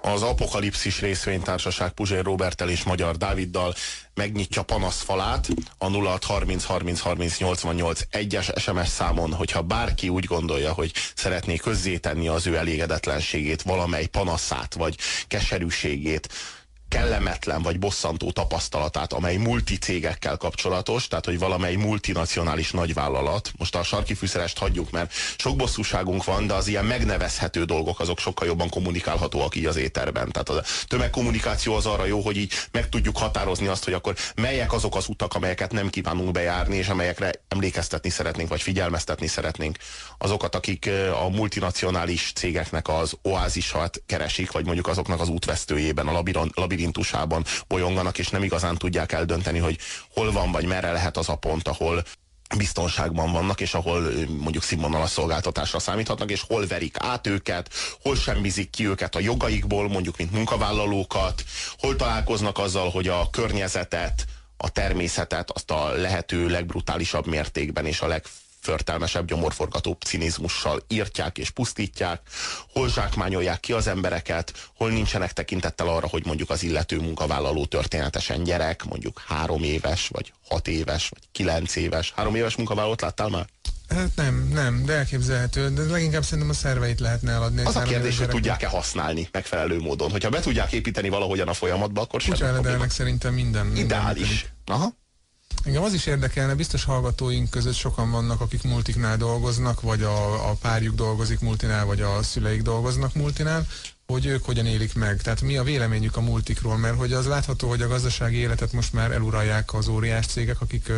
Az Apokalipszis részvénytársaság Puzsér Róberttel és Magyar Dáviddal megnyitja panaszfalát a 0630 30 30 88 1-es SMS számon, hogyha bárki úgy gondolja, hogy szeretné közzétenni az ő elégedetlenségét, valamely panaszát, vagy keserűségét, kellemetlen vagy bosszantó tapasztalatát, amely multicégekkel kapcsolatos, tehát hogy valamely multinacionális nagyvállalat. Most a sarki fűszerest hagyjuk, mert sok bosszúságunk van, de az ilyen megnevezhető dolgok azok sokkal jobban kommunikálhatóak így az éterben. Tehát a tömegkommunikáció az arra jó, hogy így meg tudjuk határozni azt, hogy akkor melyek azok az utak, amelyeket nem kívánunk bejárni, és amelyekre emlékeztetni szeretnénk, vagy figyelmeztetni szeretnénk azokat, akik a multinacionális cégeknek az oázisát keresik, vagy mondjuk azoknak az útvesztőjében, a labirintusában bolyonganak, és nem igazán tudják eldönteni, hogy hol van, vagy merre lehet az a pont, ahol biztonságban vannak, és ahol mondjuk színvonalas szolgáltatásra számíthatnak, és hol verik át őket, hol semmizik ki őket a jogaikból, mondjuk mint munkavállalókat, hol találkoznak azzal, hogy a környezetet, a természetet azt a lehető legbrutálisabb mértékben és a legförtelmesebb, gyomorforgatóbb cinizmussal írtják és pusztítják, hol zsákmányolják ki az embereket, hol nincsenek tekintettel arra, hogy mondjuk az illető munkavállaló történetesen gyerek, mondjuk 3 éves, vagy 6 éves, vagy 9 éves. 3 éves munkavállalót láttál már? Hát nem, de elképzelhető, de leginkább szerintem a szerveit lehetne eladni. Az a kérdés, hogy tudják-e használni megfelelő módon. Hogyha be tudják építeni valahogyan a folyamatba, akkor semmi probléma. Szerintem minden. Ideális. Aha. Engem az is érdekelne, biztos hallgatóink között sokan vannak, akik multiknál dolgoznak, vagy a párjuk dolgozik multinál, vagy a szüleik dolgoznak multinál, hogy ők hogyan élik meg. Tehát mi a véleményük a multikról, mert hogy az látható, hogy a gazdasági életet most már eluralják az óriás cégek, akik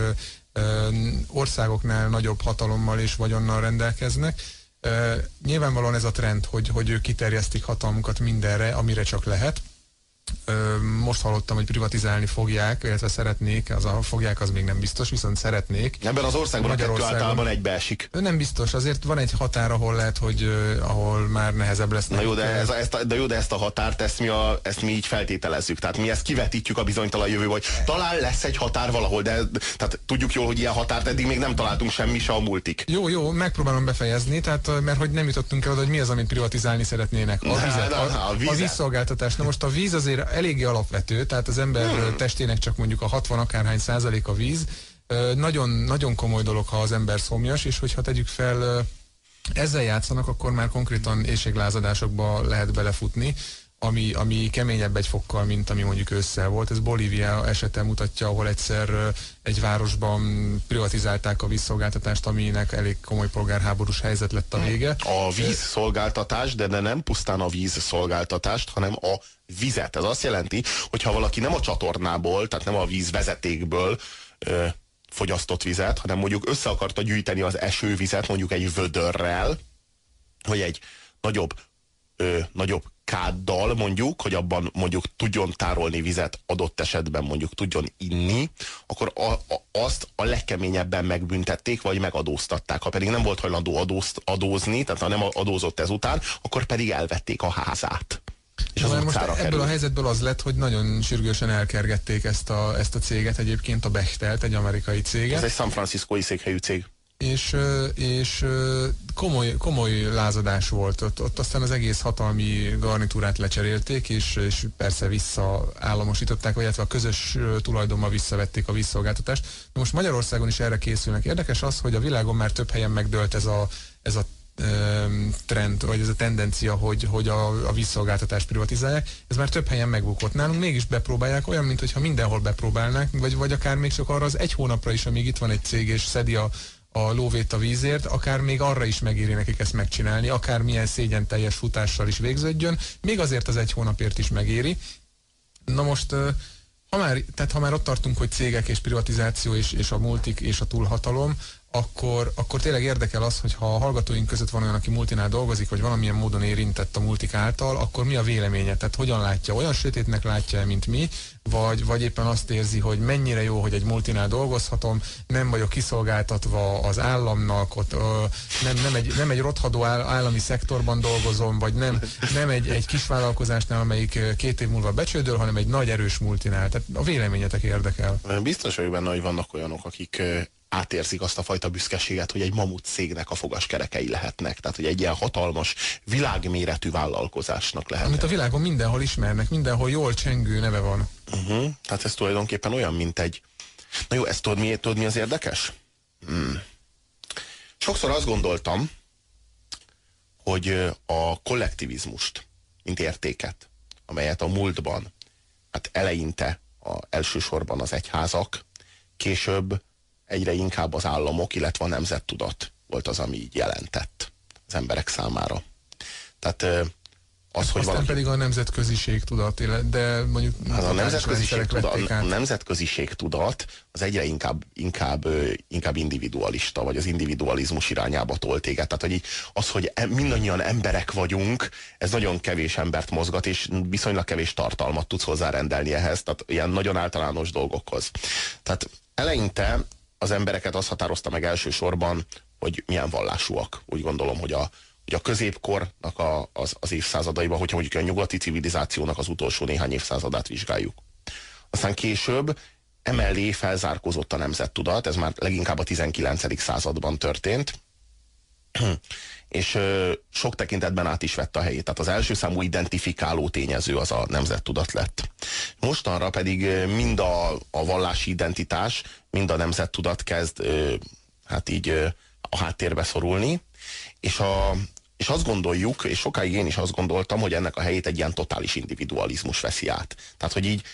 országoknál nagyobb hatalommal és vagyonnal rendelkeznek. Nyilvánvalóan ez a trend, hogy ők kiterjesztik hatalmukat mindenre, amire csak lehet. Most hallottam, hogy privatizálni fogják, illetve szeretnék, fogják, az még nem biztos, viszont szeretnék. Ebben az országban a kettő általában egybeesik. Nem biztos, azért van egy határ, ahol lehet, hogy ahol már nehezebb lesz. Na jó, de ezt a határt, ezt mi így feltételezzük. Tehát mi ezt kivetítjük a bizonytalan jövőbe, hogy talán lesz egy határ valahol, de tehát tudjuk jól, hogy ilyen határt eddig még nem találtunk semmi, se a multik. Jó, megpróbálom befejezni, tehát, mert hogy nem jutottunk el oda, hogy mi az, amit privatizálni szeretnének. A vizet, a vízszolgáltatás. Na most a víz azért eléggé alapvető, tehát az ember testének csak mondjuk a 60 akárhány százalék a víz. Nagyon, nagyon komoly dolog, ha az ember szomjas, és hogyha tegyük fel, ezzel játszanak, akkor már konkrétan éhséglázadásokba lehet belefutni, ami keményebb egy fokkal, mint ami mondjuk ősszel volt. Ez Bolívia esete mutatja, ahol egyszer egy városban privatizálták a vízszolgáltatást, aminek elég komoly polgárháborús helyzet lett a vége. A vízszolgáltatás, de nem pusztán a vízszolgáltatást, hanem a vizet. Ez azt jelenti, hogy ha valaki nem a csatornából, tehát nem a vízvezetékből fogyasztott vizet, hanem mondjuk össze akarta gyűjteni az esővizet mondjuk egy vödörrel, vagy egy nagyobb káddal mondjuk, hogy abban mondjuk tudjon tárolni vizet, adott esetben mondjuk tudjon inni, akkor azt a legkeményebben megbüntették, vagy megadóztatták. Ha pedig nem volt hajlandó adózni, tehát ha nem adózott ezután, akkor pedig elvették a házát. És az most ebből kerül. A helyzetből az lett, hogy nagyon sürgősen elkergették ezt a céget egyébként, a Bechtelt, egy amerikai céget. Ez egy San Franciscói székhelyű cég. És komoly lázadás volt. Ott aztán az egész hatalmi garnitúrát lecserélték, és persze visszaállamosították, vagy a közös tulajdonban visszavették a vízszolgáltatást. De most Magyarországon is erre készülnek. Érdekes az, hogy a világon már több helyen megdőlt ez a trend, vagy ez a tendencia, hogy a vízszolgáltatást privatizálják. Ez már több helyen megbukott. Nálunk mégis bepróbálják, olyan, mintha mindenhol bepróbálnák, vagy akár még csak arra az 1 hónapra is, amíg itt van egy cég, és szedi a lóvét a vízért, akár még arra is megéri nekik ezt megcsinálni, akár milyen szégyenteljes futással is végződjön, még azért az 1 hónapért is megéri. Na most, ha már ott tartunk, hogy cégek és privatizáció és a multik és a túlhatalom, akkor tényleg érdekel az, hogy ha a hallgatóink között van olyan, aki multinál dolgozik, vagy valamilyen módon érintett a multik által, akkor mi a véleménye? Tehát hogyan látja? Olyan sötétnek látja, mint mi? Vagy éppen azt érzi, hogy mennyire jó, hogy egy multinál dolgozhatom, nem vagyok kiszolgáltatva az államnak, ott, nem egy rothadó állami szektorban dolgozom, vagy nem egy kisvállalkozásnál, amelyik 2 év múlva becsődöl, hanem egy nagy erős multinál. Tehát a véleményetek érdekel. Biztos vagyok benne, hogy vannak olyanok, akik átérzik azt a fajta büszkeséget, hogy egy mamut cégnek a fogaskerekei lehetnek. Tehát, hogy egy ilyen hatalmas, világméretű vállalkozásnak lehetnek. Amit a világon mindenhol ismernek, mindenhol jól csengő neve van. Tehát ez tulajdonképpen olyan, mint egy... Na jó, ezt tudod mi az érdekes? Sokszor azt gondoltam, hogy a kollektivizmust, mint értéket, amelyet a múltban, hát eleinte elsősorban az egyházak, később egyre inkább az államok, illetve a nemzettudat volt az, ami így jelentett az emberek számára. Tehát az, hogy aztán pedig a nemzetköziség tudat, de mondjuk hát a nemzetköziség tudat az egyre inkább individualista, vagy az individualizmus irányába tolt téged. Tehát, hogy az, hogy mindannyian emberek vagyunk, ez nagyon kevés embert mozgat, és viszonylag kevés tartalmat tudsz hozzárendelni ehhez, tehát ilyen nagyon általános dolgokhoz. Tehát eleinte az embereket azt határozta meg elsősorban, hogy milyen vallásúak. Úgy gondolom, hogy a középkornak az évszázadaiban, hogyha mondjuk a nyugati civilizációnak az utolsó néhány évszázadát vizsgáljuk. Aztán később emellé felzárkózott a nemzettudat, ez már leginkább a 19. században történt, és sok tekintetben át is vette a helyét. Tehát az első számú identifikáló tényező az a nemzettudat lett. Mostanra pedig mind a vallási identitás, mind a nemzettudat kezd hát így a háttérbe szorulni, és azt gondoljuk, és sokáig én is azt gondoltam, hogy ennek a helyét egy ilyen totális individualizmus veszi át. Tehát, hogy így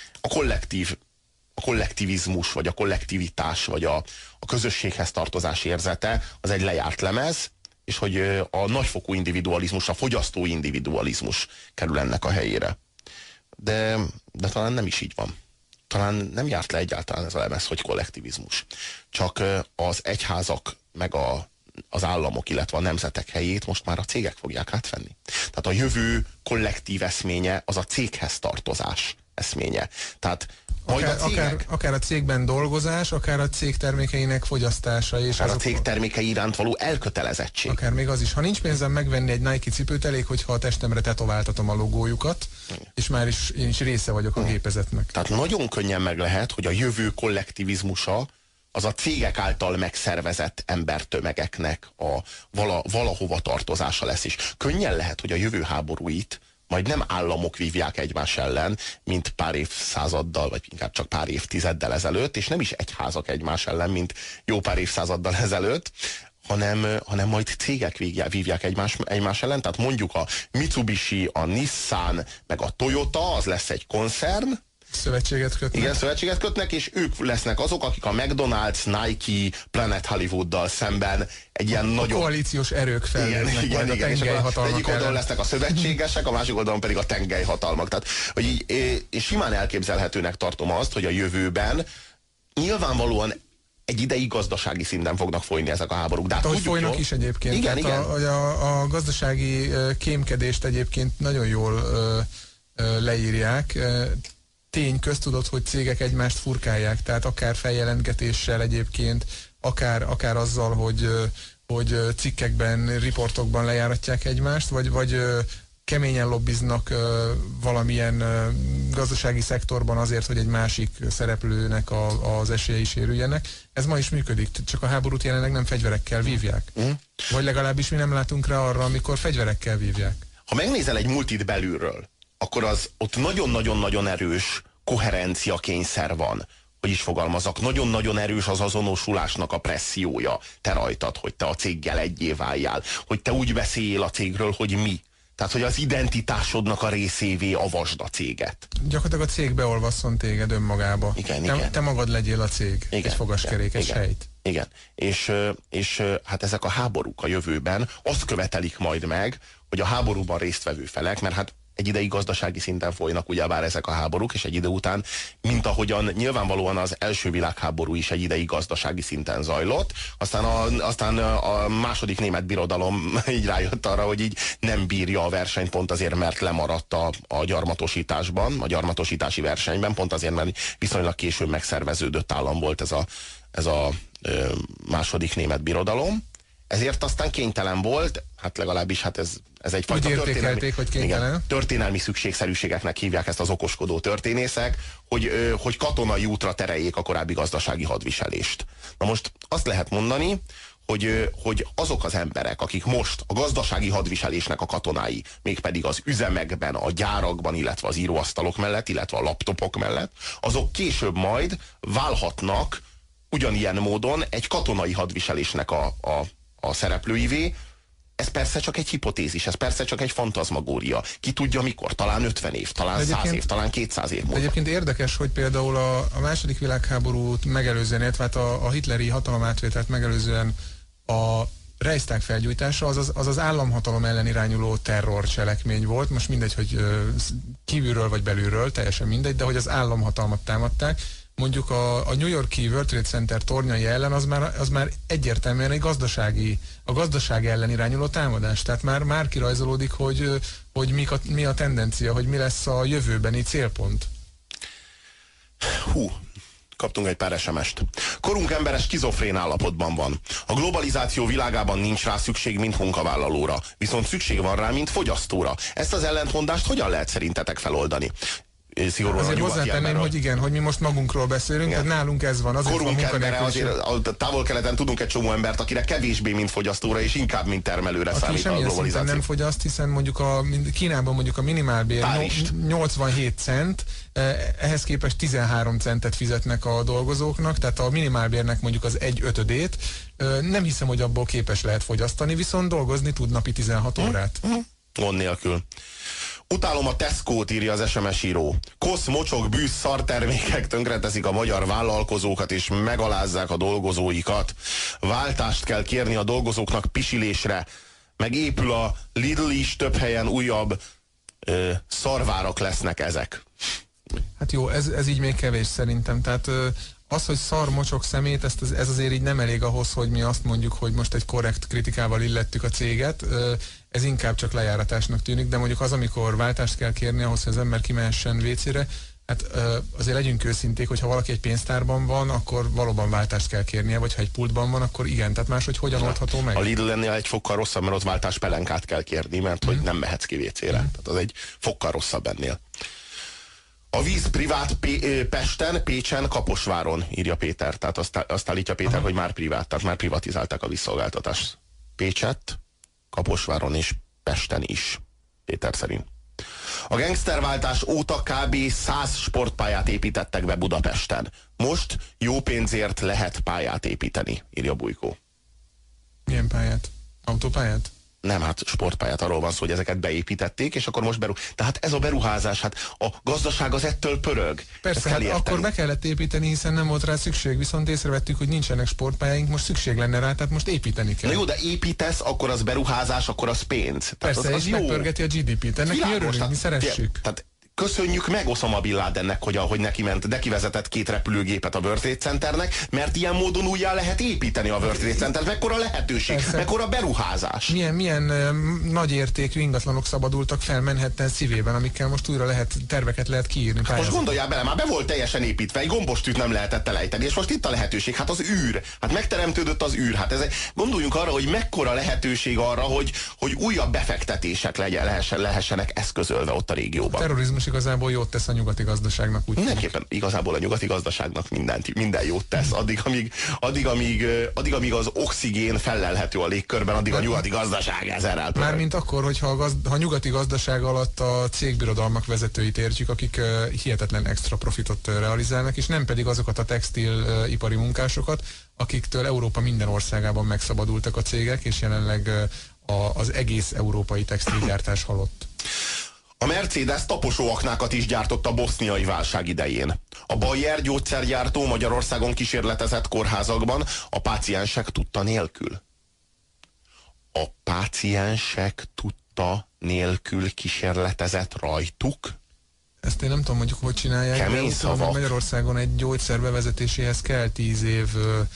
a kollektivizmus, vagy a kollektivitás, vagy a közösséghez tartozás érzete, az egy lejárt lemez, és hogy a nagyfokú individualizmus, a fogyasztói individualizmus kerül ennek a helyére. De talán nem is így van. Talán nem járt le egyáltalán ez a lemez, hogy kollektivizmus. Csak az egyházak, meg az államok, illetve a nemzetek helyét most már a cégek fogják átvenni. Tehát a jövő kollektív eszménye az a céghez tartozás eszménye. Tehát akár a cégben dolgozás, akár a cég termékeinek fogyasztása. És akár a cég termékei iránt való elkötelezettség. Akár még az is. Ha nincs pénzem megvenni egy Nike cipőt, elég, hogyha a testemre tetováltatom a logójukat, és már én is része vagyok a gépezetnek. Tehát nagyon könnyen meg lehet, hogy a jövő kollektivizmusa az a cégek által megszervezett embertömegeknek a valahova tartozása lesz is. Könnyen lehet, hogy a jövő háborúit majd nem államok vívják egymás ellen, mint pár évszázaddal, vagy inkább csak pár évtizeddel ezelőtt, és nem is egyházak egymás ellen, mint jó pár évszázaddal ezelőtt, hanem majd cégek vívják egymás ellen. Tehát mondjuk a Mitsubishi, a Nissan, meg a Toyota, az lesz egy koncern, szövetséget kötnek. Igen, szövetséget kötnek, és ők lesznek azok, akik a McDonald's, Nike, Planet Hollywooddal szemben egy ilyen nagyon... koalíciós erők fellépnek majd a tengelyhatalmak egyik oldalon lesznek a szövetségesek, a másik oldalon pedig a tengelyhatalmak. Tehát, hogy így, és simán elképzelhetőnek tartom azt, hogy a jövőben nyilvánvalóan egy ideig gazdasági szinten fognak folyni ezek a háborúk. De hát ahogy folynak is egyébként. Igen, igen. A gazdasági kémkedést egyébként nagyon jól leírják. Tény, köztudott, hogy cégek egymást furkálják, tehát akár feljelentgetéssel egyébként, akár azzal, hogy cikkekben, riportokban lejáratják egymást, vagy keményen lobbiznak valamilyen gazdasági szektorban azért, hogy egy másik szereplőnek az esélyei sérüljenek. Ez ma is működik, csak a háborút jelenleg nem fegyverekkel vívják. Vagy legalábbis mi nem látunk rá arra, amikor fegyverekkel vívják. Ha megnézel egy multit belülről, akkor ott nagyon-nagyon-nagyon erős koherencia kényszer van, hogy is fogalmazok. Nagyon-nagyon erős az azonosulásnak a pressziója te rajtad, hogy te a céggel egyé váljál, hogy te úgy beszéljél a cégről, hogy mi. Tehát, hogy az identitásodnak a részévé avasd a céget. Gyakorlatilag a cég beolvasszon téged önmagába. Igen. Te magad legyél a cég, igen, egy fogaskerék, egy sejt. Igen, és hát ezek a háborúk a jövőben azt követelik majd meg, hogy a háborúban résztvevő felek, mert hát egy ideig gazdasági szinten folynak ugyebár ezek a háborúk, és egy idő után, mint ahogyan nyilvánvalóan az első világháború is egy ideig gazdasági szinten zajlott, aztán a második német birodalom így rájött arra, hogy így nem bírja a versenyt pont azért, mert lemaradt a gyarmatosításban, a gyarmatosítási versenyben, pont azért, mert viszonylag későn megszerveződött állam volt ez a második német birodalom. ezért aztán kénytelen volt, hát legalábbis hát ez egyfajta történelmi szükségszerűségeknek hívják ezt az okoskodó történészek, hogy katonai útra tereljék a korábbi gazdasági hadviselést. Na most azt lehet mondani, hogy azok az emberek, akik most a gazdasági hadviselésnek a katonái, mégpedig az üzemekben, a gyárakban, illetve az íróasztalok mellett, illetve a laptopok mellett, azok később majd válhatnak ugyanilyen módon egy katonai hadviselésnek a szereplőivé. Ez persze csak egy hipotézis, ez persze csak egy fantazmagória. Ki tudja mikor, talán 50 év, talán 100 év, talán 200 év múlva. Egyébként érdekes, hogy például a második világháborút megelőzően, illetve hát a hitleri hatalomátvételt megelőzően a Reichstag felgyújtása az államhatalom ellen irányuló terrorcselekmény volt. Most mindegy, hogy kívülről vagy belülről, teljesen mindegy, de hogy az államhatalmat támadták. Mondjuk a New York-i World Trade Center tornyai ellen az már egyértelműen egy a gazdaság ellen irányuló támadás. Tehát már kirajzolódik, hogy mi a tendencia, hogy mi lesz a jövőbeni célpont. Kaptunk egy pár SMS-t. Korunk embere skizofrén állapotban van. A globalizáció világában nincs rá szükség, mint munkavállalóra. Viszont szükség van rá, mint fogyasztóra. Ezt az ellentmondást hogyan lehet szerintetek feloldani? Azért hozzátenném, hogy igen, hogy mi most magunkról beszélünk, tehát nálunk ez van. Korunk embere, azért a Távol-Keleten tudunk egy csomó embert, akire kevésbé, mint fogyasztóra, és inkább, mint termelőre számít a globalizáció. Nem fogyaszt, hiszen mondjuk Kínában mondjuk a minimálbér 87 cent, ehhez képest 13 centet fizetnek a dolgozóknak, tehát a minimálbérnek mondjuk az 1/5-ét. Nem hiszem, hogy abból képes lehet fogyasztani, viszont dolgozni tud napi 16 órát. Gond nélkül. Utálom a Tesco-t, írja az SMS író. Kosz, mocsok, bűz, szartermékek tönkreteszik a magyar vállalkozókat és megalázzák a dolgozóikat. Váltást kell kérni a dolgozóknak pisilésre. Megépül a Lidl is, több helyen újabb szarvárak lesznek ezek. Hát jó, ez így még kevés szerintem. Tehát az, hogy szar, mocsok, szemét, ez azért így nem elég ahhoz, hogy mi azt mondjuk, hogy most egy korrekt kritikával illettük a céget. Ez inkább csak lejáratásnak tűnik, de mondjuk az, amikor váltást kell kérni ahhoz, hogy az ember kimehessen WC-re, hát azért legyünk őszinték, hogy ha valaki egy pénztárban van, akkor valóban váltást kell kérnie, vagy ha egy pultban van, akkor igen, tehát máshogy hogyan oldható meg? A Lidl-nél egy fokkal rosszabb, mert ott váltás pelenkát kell kérni, mert hogy nem mehetsz ki WC-re. Tehát az egy fokkal rosszabb ennél. A víz privát Pesten, Pécsen, Kaposváron, írja Péter. Tehát azt állítja Péter, hogy már privát, tehát már privatizálták a vízszolgáltatást. Pécset, Kaposváron és Pesten is, Péter szerint. A gangsterváltás óta kb. 100 sportpályát építettek be Budapesten. Most jó pénzért lehet pályát építeni, írja Bujkó. Milyen pályát? Autópályát? Nem, hát sportpályát, arról van szó, hogy ezeket beépítették, és akkor most Tehát ez a beruházás, hát a gazdaság az ettől pörög. Persze, hát akkor be kellett építeni, hiszen nem volt rá szükség, viszont észrevettük, hogy nincsenek sportpályáink, most szükség lenne rá, tehát most építeni kell. Na jó, de építesz, akkor az beruházás, akkor az pénz. Tehát persze, az és megpörgeti a GDP-t, ennek mi örülünk, mi szeressük. Tehát köszönjük meg Osama Bin Ladennek, hogy neki vezetett 2 repülőgépet a World Trade Centernek, mert ilyen módon újjá lehet építeni a World Trade Centert. Mekkora lehetőség, mekkora beruházás. Milyen nagy értékű ingatlanok szabadultak fel Manhattan szívében, amikkel most újra terveket lehet kiírni. Hát most gondoljál bele, már be volt teljesen építve, egy gombostűt nem lehetett elejteni, és most itt a lehetőség, hát az űr, hát megteremtődött az űr, hát gondoljunk arra, hogy mekkora lehetőség arra, hogy újabb befektetések lehessenek eszközölve ott a régióban. A terrorizmus igazából jót tesz a nyugati gazdaságnak. Mindenképpen igazából a nyugati gazdaságnak minden jót tesz. Addig, amíg az oxigén fellelhető a légkörben, addig a nyugati gazdaság ezerrel pörög. Mármint akkor, hogyha a nyugati gazdaság alatt a cégbirodalmak vezetőit értjük, akik hihetetlen extra profitot realizálnak, és nem pedig azokat a textilipari munkásokat, akiktől Európa minden országában megszabadultak a cégek, és jelenleg az egész európai textilgyártás halott. A Mercedes taposóaknákat is gyártott a boszniai válság idején. A Bayer gyógyszergyártó Magyarországon kísérletezett kórházakban a páciensek tudta nélkül. A páciensek tudta nélkül kísérletezett rajtuk? Ezt én nem tudom, mondjuk hogy csinálják. Kemény szavak. Magyarországon egy gyógyszer bevezetéséhez kell 10 év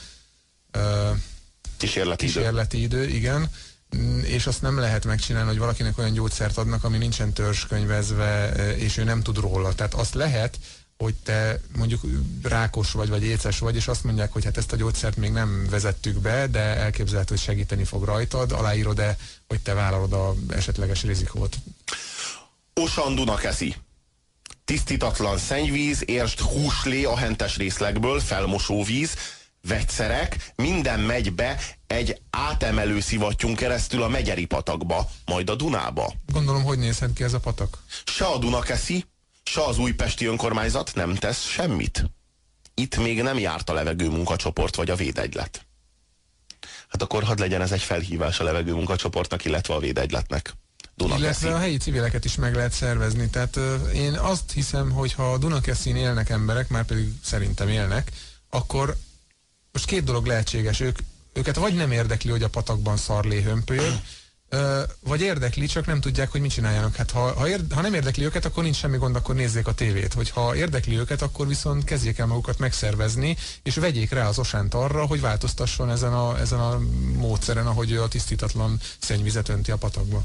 kísérleti idő, igen. És azt nem lehet megcsinálni, hogy valakinek olyan gyógyszert adnak, ami nincsen törzskönyvezve, és ő nem tud róla. Tehát azt lehet, hogy te mondjuk rákos vagy éces vagy, és azt mondják, hogy hát ezt a gyógyszert még nem vezettük be, de elképzelhető, hogy segíteni fog rajtad, aláírod-e, hogy te vállalod a esetleges rizikót? Osan Dunakeszi. Tisztítatlan szennyvíz, értsd húslé a hentes részlegből, felmosóvíz, vegyszerek, minden megy be egy átemelő szivattyún keresztül a Megyeri patakba, majd a Dunába. Gondolom, hogy nézhet ki ez a patak? Se a Dunakeszi, se az újpesti önkormányzat nem tesz semmit. Itt még nem járt a levegőmunkacsoport vagy a védegylet. Hát akkor hadd legyen ez egy felhívás a levegőmunkacsoportnak, illetve a védegyletnek. Dunakeszi. Illetve a helyi civileket is meg lehet szervezni. Tehát én azt hiszem, hogy ha a Dunakeszin élnek emberek, már pedig szerintem élnek, akkor most két dolog lehetséges. Őket vagy nem érdekli, hogy a patakban szarlé hömpölyög, vagy érdekli, csak nem tudják, hogy mit csináljanak. Hát ha nem érdekli őket, akkor nincs semmi gond, akkor nézzék a tévét. Hogyha érdekli őket, akkor viszont kezdjék el magukat megszervezni, és vegyék rá az Osánt arra, hogy változtasson ezen a módszeren, ahogy ő a tisztítatlan szennyvizet önti a patakba.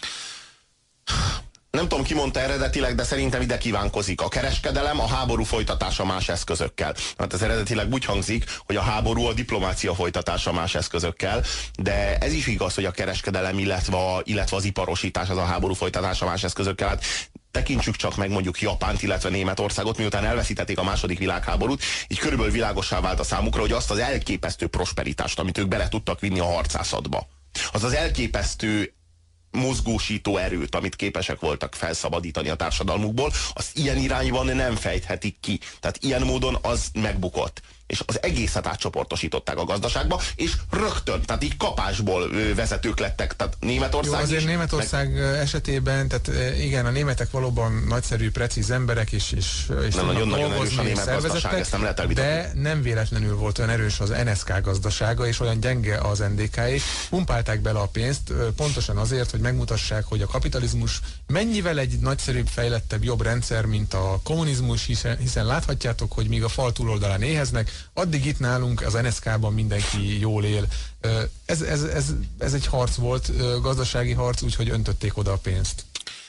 Nem tudom, ki mondta eredetileg, de szerintem ide kívánkozik. A kereskedelem, a háború folytatása más eszközökkel. Hát ez eredetileg úgy hangzik, hogy a háború a diplomácia folytatása más eszközökkel, de ez is igaz, hogy a kereskedelem, illetve az iparosítás az a háború folytatása más eszközökkel. Hát tekintsük csak meg mondjuk Japánt, illetve Németországot, miután elveszítették a második világháborút, így körülbelül világossá vált a számukra, hogy azt az elképesztő prosperitást, amit ők bele tudtak vinni a harcászatba, az az elképesztő mozgósító erőt, amit képesek voltak felszabadítani a társadalmukból, azt ilyen irányban nem fejthetik ki. Tehát ilyen módon az megbukott. És az egészet átcsoportosították a gazdaságba, és rögtön, tehát így kapásból vezetők lettek. Tehát Németország jó, azért is, Németország esetében, tehát igen, a németek valóban nagyszerű, precíz emberek, és nagyon erős a német gazdaság, ezt nem lehet elvitatni. De nem véletlenül volt olyan erős az NSK gazdasága, és olyan gyenge az NDK-é. Pumpálták bele a pénzt, pontosan azért, hogy megmutassák, hogy a kapitalizmus mennyivel egy nagyszerűbb, fejlettebb, jobb rendszer, mint a kommunizmus, hiszen láthatjátok, hogy míg a fal túloldalán éheznek, addig itt nálunk az NSZK-ban mindenki jól él. Ez egy harc volt, gazdasági harc, úgyhogy öntötték oda a pénzt.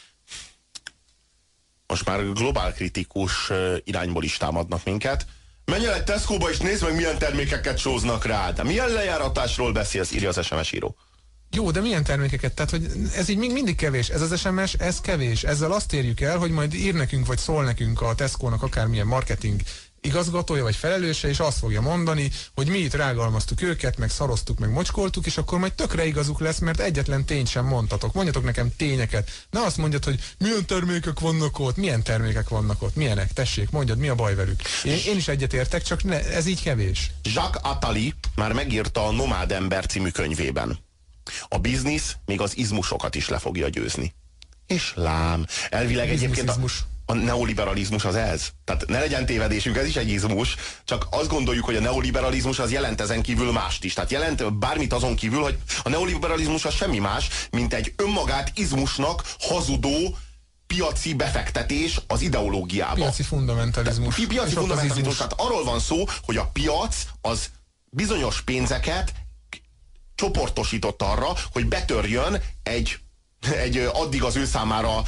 Most már globál kritikus irányból is támadnak minket. Menj el egy Tesco-ba és nézd meg, milyen termékeket sóznak rá. De milyen lejáratásról beszélsz, írja az SMS író. Jó, de milyen termékeket? Tehát, hogy ez így mindig kevés. Ez az SMS, ez kevés. Ezzel azt érjük el, hogy majd ír nekünk, vagy szól nekünk a Tesco-nak akármilyen marketing igazgatója vagy felelőse, és azt fogja mondani, hogy mi itt rágalmaztuk őket, meg szaroztuk, meg mocskoltuk, és akkor majd tökre igazuk lesz, mert egyetlen tényt sem mondtatok. Mondjatok nekem tényeket. Ne azt mondjad, hogy milyen termékek vannak ott, milyen termékek vannak ott, milyenek, tessék, mondjad, mi a baj velük. Én is egyetértek, csak ez így kevés. Jacques Attali már megírta a Nomád ember című könyvében. A biznisz még az izmusokat is le fogja győzni. És lám, elvileg egyébként a neoliberalizmus az ez. Tehát ne legyen tévedésünk, ez is egy izmus, csak azt gondoljuk, hogy a neoliberalizmus az jelent ezen kívül mást is. Tehát jelent bármit azon kívül, hogy a neoliberalizmus az semmi más, mint egy önmagát izmusnak hazudó piaci befektetés az ideológiába. Piaci fundamentalizmus. Piaci fundamentalizmus. Tehát arról van szó, hogy a piac az bizonyos pénzeket csoportosított arra, hogy betörjön egy addig az ő számára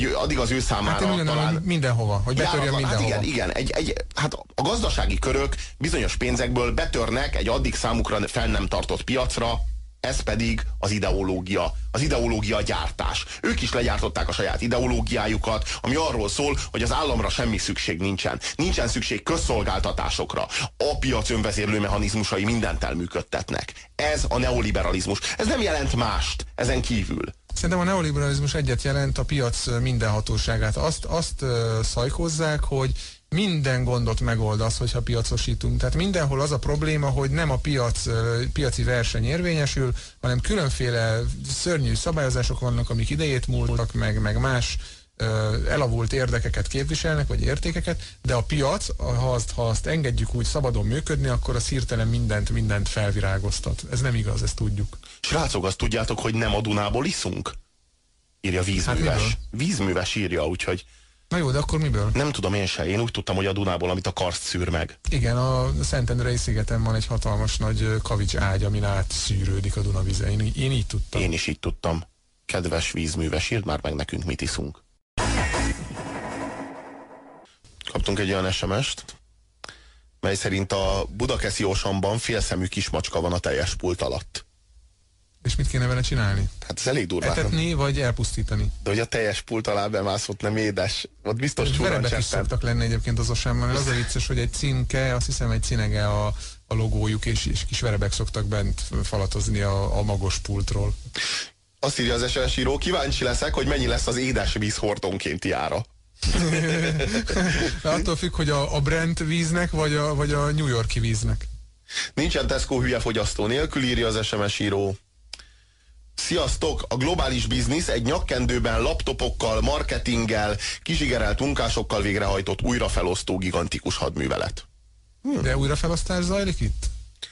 hát talán mindenhova, hogy betörjön mindenhova. Hát igen, hát a gazdasági körök bizonyos pénzekből betörnek egy addig számukra fel nem tartott piacra, ez pedig az ideológia gyártás. Ők is legyártották a saját ideológiájukat, ami arról szól, hogy az államra semmi szükség nincsen. Nincsen szükség közszolgáltatásokra. A piac önvezérlő mechanizmusai mindent elműködtetnek. Ez a neoliberalizmus. Ez nem jelent mást ezen kívül. Szerintem a neoliberalizmus egyet jelent, a piac mindenhatóságát. Azt szajkozzák, hogy minden gondot megold az, hogyha piacosítunk. Tehát mindenhol az a probléma, hogy nem a piaci verseny érvényesül, hanem különféle szörnyű szabályozások vannak, amik idejét múltak, meg más elavult érdekeket képviselnek, vagy értékeket, de a piac, ha azt engedjük úgy szabadon működni, akkor az hirtelen mindent felvirágoztat. Ez nem igaz, ezt tudjuk. Srácok, azt tudjátok, hogy nem a Dunából iszunk? Írja Vízműves. Hát Vízműves írja, úgyhogy... Na jó, de akkor miből? Nem tudom én se. Én úgy tudtam, hogy a Dunából, amit a karszt szűr meg. Igen, a Szentendrei szigeten van egy hatalmas nagy kavics ágy, amin átszűrődik a Dunavize. Én így tudtam. Én is így tudtam. Kedves Vízműves, írd már meg nekünk, mit iszunk. Kaptunk egy olyan SMS-t, mely szerint a Budakeszi Osamban félszemű kismacska van a teljes pult alatt. És mit kéne vele csinálni? Hát ez elég durván. Etetni, vagy elpusztítani? De hogy a teljes pult alá bemászott, nem édes. Ott biztos verebek is szoktak lenni egyébként az Osamban, mert az a vicces, hogy egy címke, azt hiszem egy cinege a logójuk, és kis verebek szoktak bent falatozni a magos pultról. Azt írja az SMS író, kíváncsi leszek, hogy mennyi lesz az édes víz hordonkénti ára. Attól függ, hogy a Brent víznek, vagy a New Yorki víznek. Nincsen Tesco hülye fogyasztó nélkül, írja az SMS író. Sziasztok! A globális biznisz egy nyakkendőben, laptopokkal, marketinggel, kizsigerelt munkásokkal végrehajtott újrafelosztó gigantikus hadművelet. De újrafelosztás zajlik itt?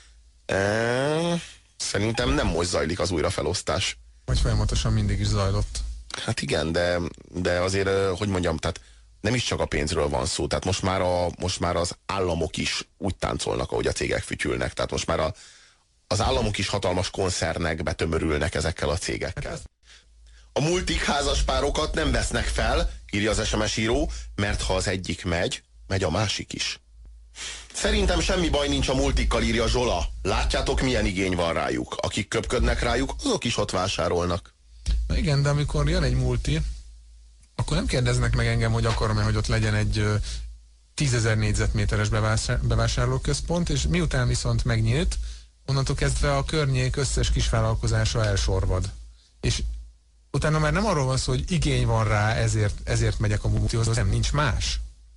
Szerintem nem most zajlik az újrafelosztás. Vagy folyamatosan mindig is zajlott? Hát igen, de azért, hogy mondjam, tehát nem is csak a pénzről van szó, tehát most már az államok is úgy táncolnak, ahogy a cégek fütyülnek, tehát most már az államok is hatalmas koncernekbe tömörülnek ezekkel a cégekkel. A multik házaspárokat nem vesznek fel, írja az SMS író, mert ha az egyik megy a másik is. Szerintem semmi baj nincs a multikkal, írja Zsola. Látjátok, milyen igény van rájuk. Akik köpködnek rájuk, azok is ott vásárolnak. Na igen, de amikor jön egy multi, akkor nem kérdeznek meg engem, hogy akarom-e, hogy ott legyen egy 10 000 négyzetméteres bevásárlóközpont, és miután viszont megnyílt, onnantól kezdve a környék összes kisvállalkozása elsorvad. És utána már nem arról van szó, hogy igény van rá, ezért megyek a multihoz, nem, nincs más.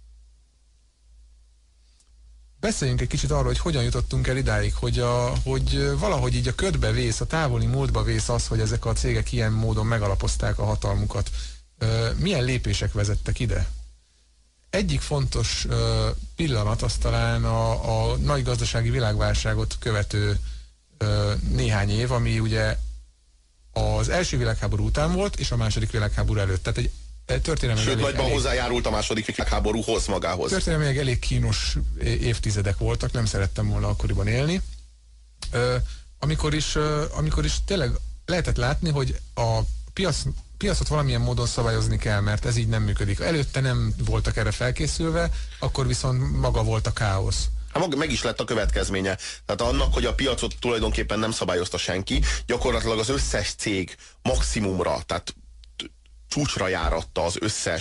Beszéljünk egy kicsit arról, hogy hogyan jutottunk el idáig, hogy valahogy így a ködbe vész, a távoli múltba vész az, hogy ezek a cégek ilyen módon megalapozták a hatalmukat. Milyen lépések vezettek ide? Egyik fontos pillanat az talán a nagy gazdasági világválságot követő néhány év, ami ugye az első világháború után volt, és a második világháború előtt. Tehát egy sőt, nagyban hozzájárult a második világháborúhoz magához. Történelmileg elég kínos évtizedek voltak, nem szerettem volna akkoriban élni. Amikor is tényleg lehetett látni, hogy a piacot valamilyen módon szabályozni kell, mert ez így nem működik. Előtte nem voltak erre felkészülve, akkor viszont maga volt a káosz. Hát meg is lett a következménye. Tehát annak, hogy a piacot tulajdonképpen nem szabályozta senki, gyakorlatilag az összes cég maximumra, tehát csúcsra járatta az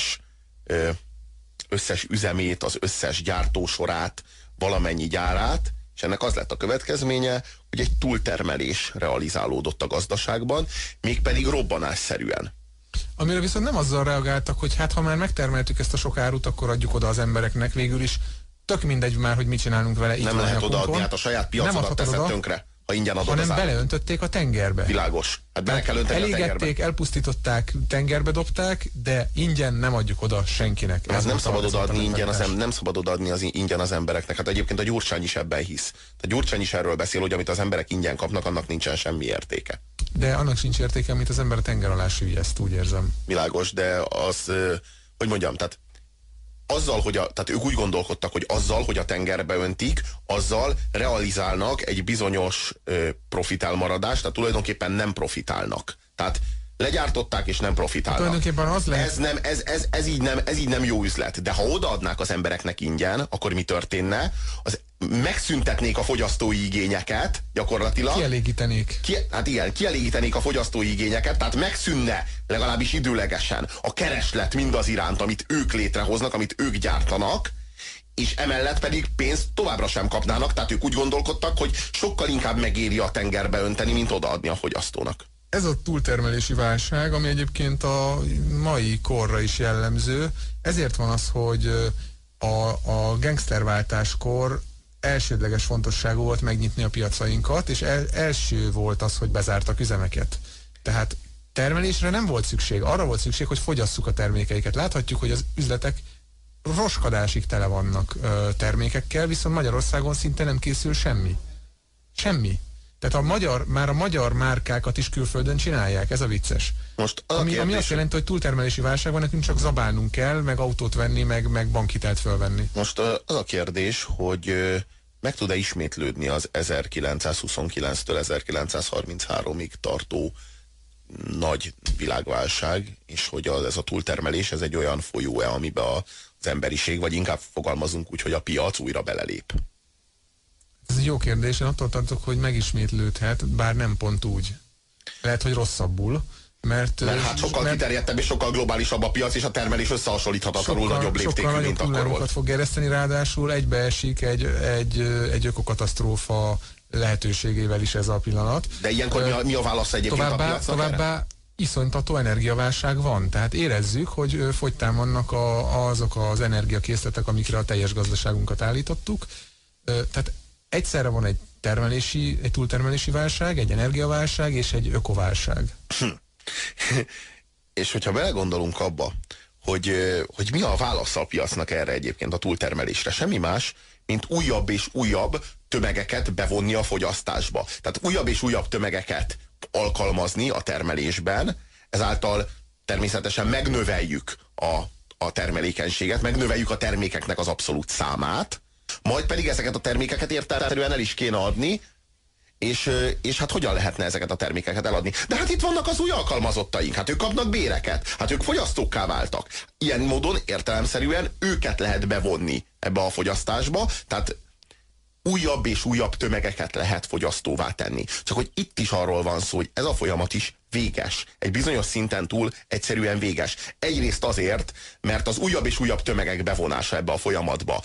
összes üzemét, az összes gyártósorát, valamennyi gyárát, és ennek az lett a következménye, hogy egy túltermelés realizálódott a gazdaságban, mégpedig robbanásszerűen. Amire viszont nem azzal reagáltak, hogy hát ha már megtermeltük ezt a sok árut, akkor adjuk oda az embereknek, végül is tök mindegy már, hogy mit csinálunk vele. Nem lehet odaadni, hát a saját piacodat teszed tönkre, ha ingyen adod hanem beleöntötték a tengerbe. Világos. Hát bele kell önteni a tengerbe. Elégették, elpusztították, tengerbe dobták, de ingyen nem adjuk oda senkinek. Ez nem szabad odaadni ingyen, nem szabad odaadni ingyen az embereknek. Hát egyébként a Gyurcsány is ebben hisz. A Gyurcsány is erről beszél, hogy amit az emberek ingyen kapnak, annak nincsen semmi értéke. De annak sincs értéke, amit az ember a tenger alá sülly, ezt úgy érzem. Világos, de az, hogy mondjam, tehát azzal, tehát ők úgy gondolkodtak, hogy azzal, hogy a tengerbe öntik, azzal realizálnak egy bizonyos profitálmaradást, tehát tulajdonképpen nem profitálnak. Tehát legyártották és nem profitálnak. Tulajdonképpen az lehet. Ez így nem jó üzlet. De ha odaadnák az embereknek ingyen, akkor mi történne? Megszüntetnék a fogyasztói igényeket, gyakorlatilag. Kielégítenék. Hát igen, kielégítenék a fogyasztói igényeket, tehát megszűnne legalábbis időlegesen a kereslet mindaz iránt, amit ők létrehoznak, amit ők gyártanak, és emellett pedig pénzt továbbra sem kapnának, tehát ők úgy gondolkodtak, hogy sokkal inkább megéri a tengerbe önteni, mint odaadni a fogyasztónak. Ez a túltermelési válság, ami egyébként a mai korra is jellemző, ezért van az, hogy a gangsterváltáskor elsődleges fontosságú volt megnyitni a piacainkat, és első volt az, hogy bezártak üzemeket. Tehát termelésre nem volt szükség, arra volt szükség, hogy fogyasszuk a termékeiket. Láthatjuk, hogy az üzletek roskadásig tele vannak termékekkel, viszont Magyarországon szinte nem készül semmi. Semmi. Tehát már a magyar márkákat is külföldön csinálják, ez a vicces. Most ami azt jelenti, hogy túltermelési válságban nekünk csak zabálnunk kell, meg autót venni, meg bankhitelt fölvenni. Most az a kérdés, hogy meg tud-e ismétlődni az 1929-től 1933-ig tartó nagy világválság, és hogy ez a túltermelés, ez egy olyan folyó-e, amiben az emberiség, vagy inkább fogalmazunk úgy, hogy a piac újra belelép? Ez egy jó kérdés, én attól tartok, hogy megismétlődhet, bár nem pont úgy. Lehet, hogy rosszabbul, mert hát sokkal kiterjedtebb és sokkal globálisabb a piac, és a termelés összehasonlíthatatlanul nagyobb léptékű, mint akkor volt. Fog gerjeszteni, ráadásul egybeesik egy ökokatasztrófa lehetőségével is ez a pillanat. De ilyenkor mi a válasz egyébként a piacnak? Továbbá iszonytató energiaválság van, tehát érezzük, hogy fogytán vannak azok az energiakészletek, amikre a teljes gazdaságunkat állítottuk. Tehát egyszerre van egy túltermelési válság, egy energiaválság és egy ökoválság. És hogyha belegondolunk abba, hogy mi a válasz a piacnak erre egyébként a túltermelésre, semmi más, mint újabb és újabb tömegeket bevonni a fogyasztásba. Tehát újabb és újabb tömegeket alkalmazni a termelésben, ezáltal természetesen megnöveljük a termelékenységet, megnöveljük a termékeknek az abszolút számát, majd pedig ezeket a termékeket értelemszerűen el is kéne adni, és hát hogyan lehetne ezeket a termékeket eladni? De hát itt vannak az új alkalmazottaink, hát ők kapnak béreket, hát ők fogyasztókká váltak. Ilyen módon értelemszerűen őket lehet bevonni ebbe a fogyasztásba, tehát újabb és újabb tömegeket lehet fogyasztóvá tenni. Csak hogy itt is arról van szó, hogy ez a folyamat is véges. Egy bizonyos szinten túl egyszerűen véges. Egyrészt azért, mert az újabb és újabb tömegek bevonása ebbe a folyamatba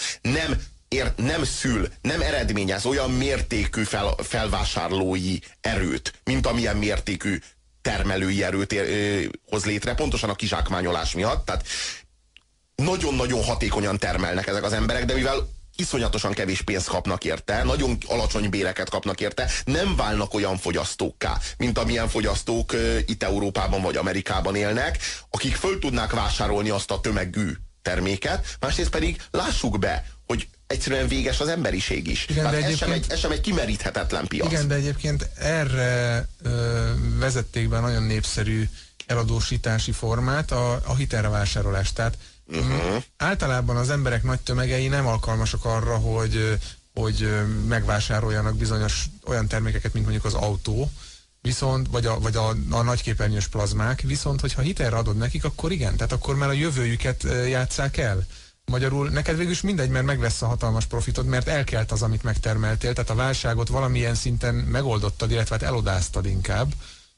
nem eredményez olyan mértékű felvásárlói erőt, mint amilyen mértékű termelői erőt hoz létre, pontosan a kizsákmányolás miatt. Tehát nagyon-nagyon hatékonyan termelnek ezek az emberek, de mivel iszonyatosan kevés pénzt kapnak érte, nagyon alacsony béreket kapnak érte, nem válnak olyan fogyasztókká, mint amilyen fogyasztók itt Európában vagy Amerikában élnek, akik föl tudnák vásárolni azt a tömegű terméket, másrészt pedig lássuk be, hogy egyszerűen véges az emberiség is. Igen, de ez sem egy kimeríthetetlen piac. Igen, de egyébként erre vezették be nagyon népszerű eladósítási formát, a hitelrevásárolást. Tehát általában az emberek nagy tömegei nem alkalmasak arra, hogy megvásároljanak bizonyos olyan termékeket, mint mondjuk az autó, viszont, vagy a nagyképernyős plazmák, viszont hogyha hitelre adod nekik, akkor igen, tehát akkor már a jövőjüket játsszák el. Magyarul neked végül is mindegy, mert megvesz a hatalmas profitod, mert elkelt az, amit megtermeltél, tehát a válságot valamilyen szinten megoldottad, illetve hát elodáztad inkább.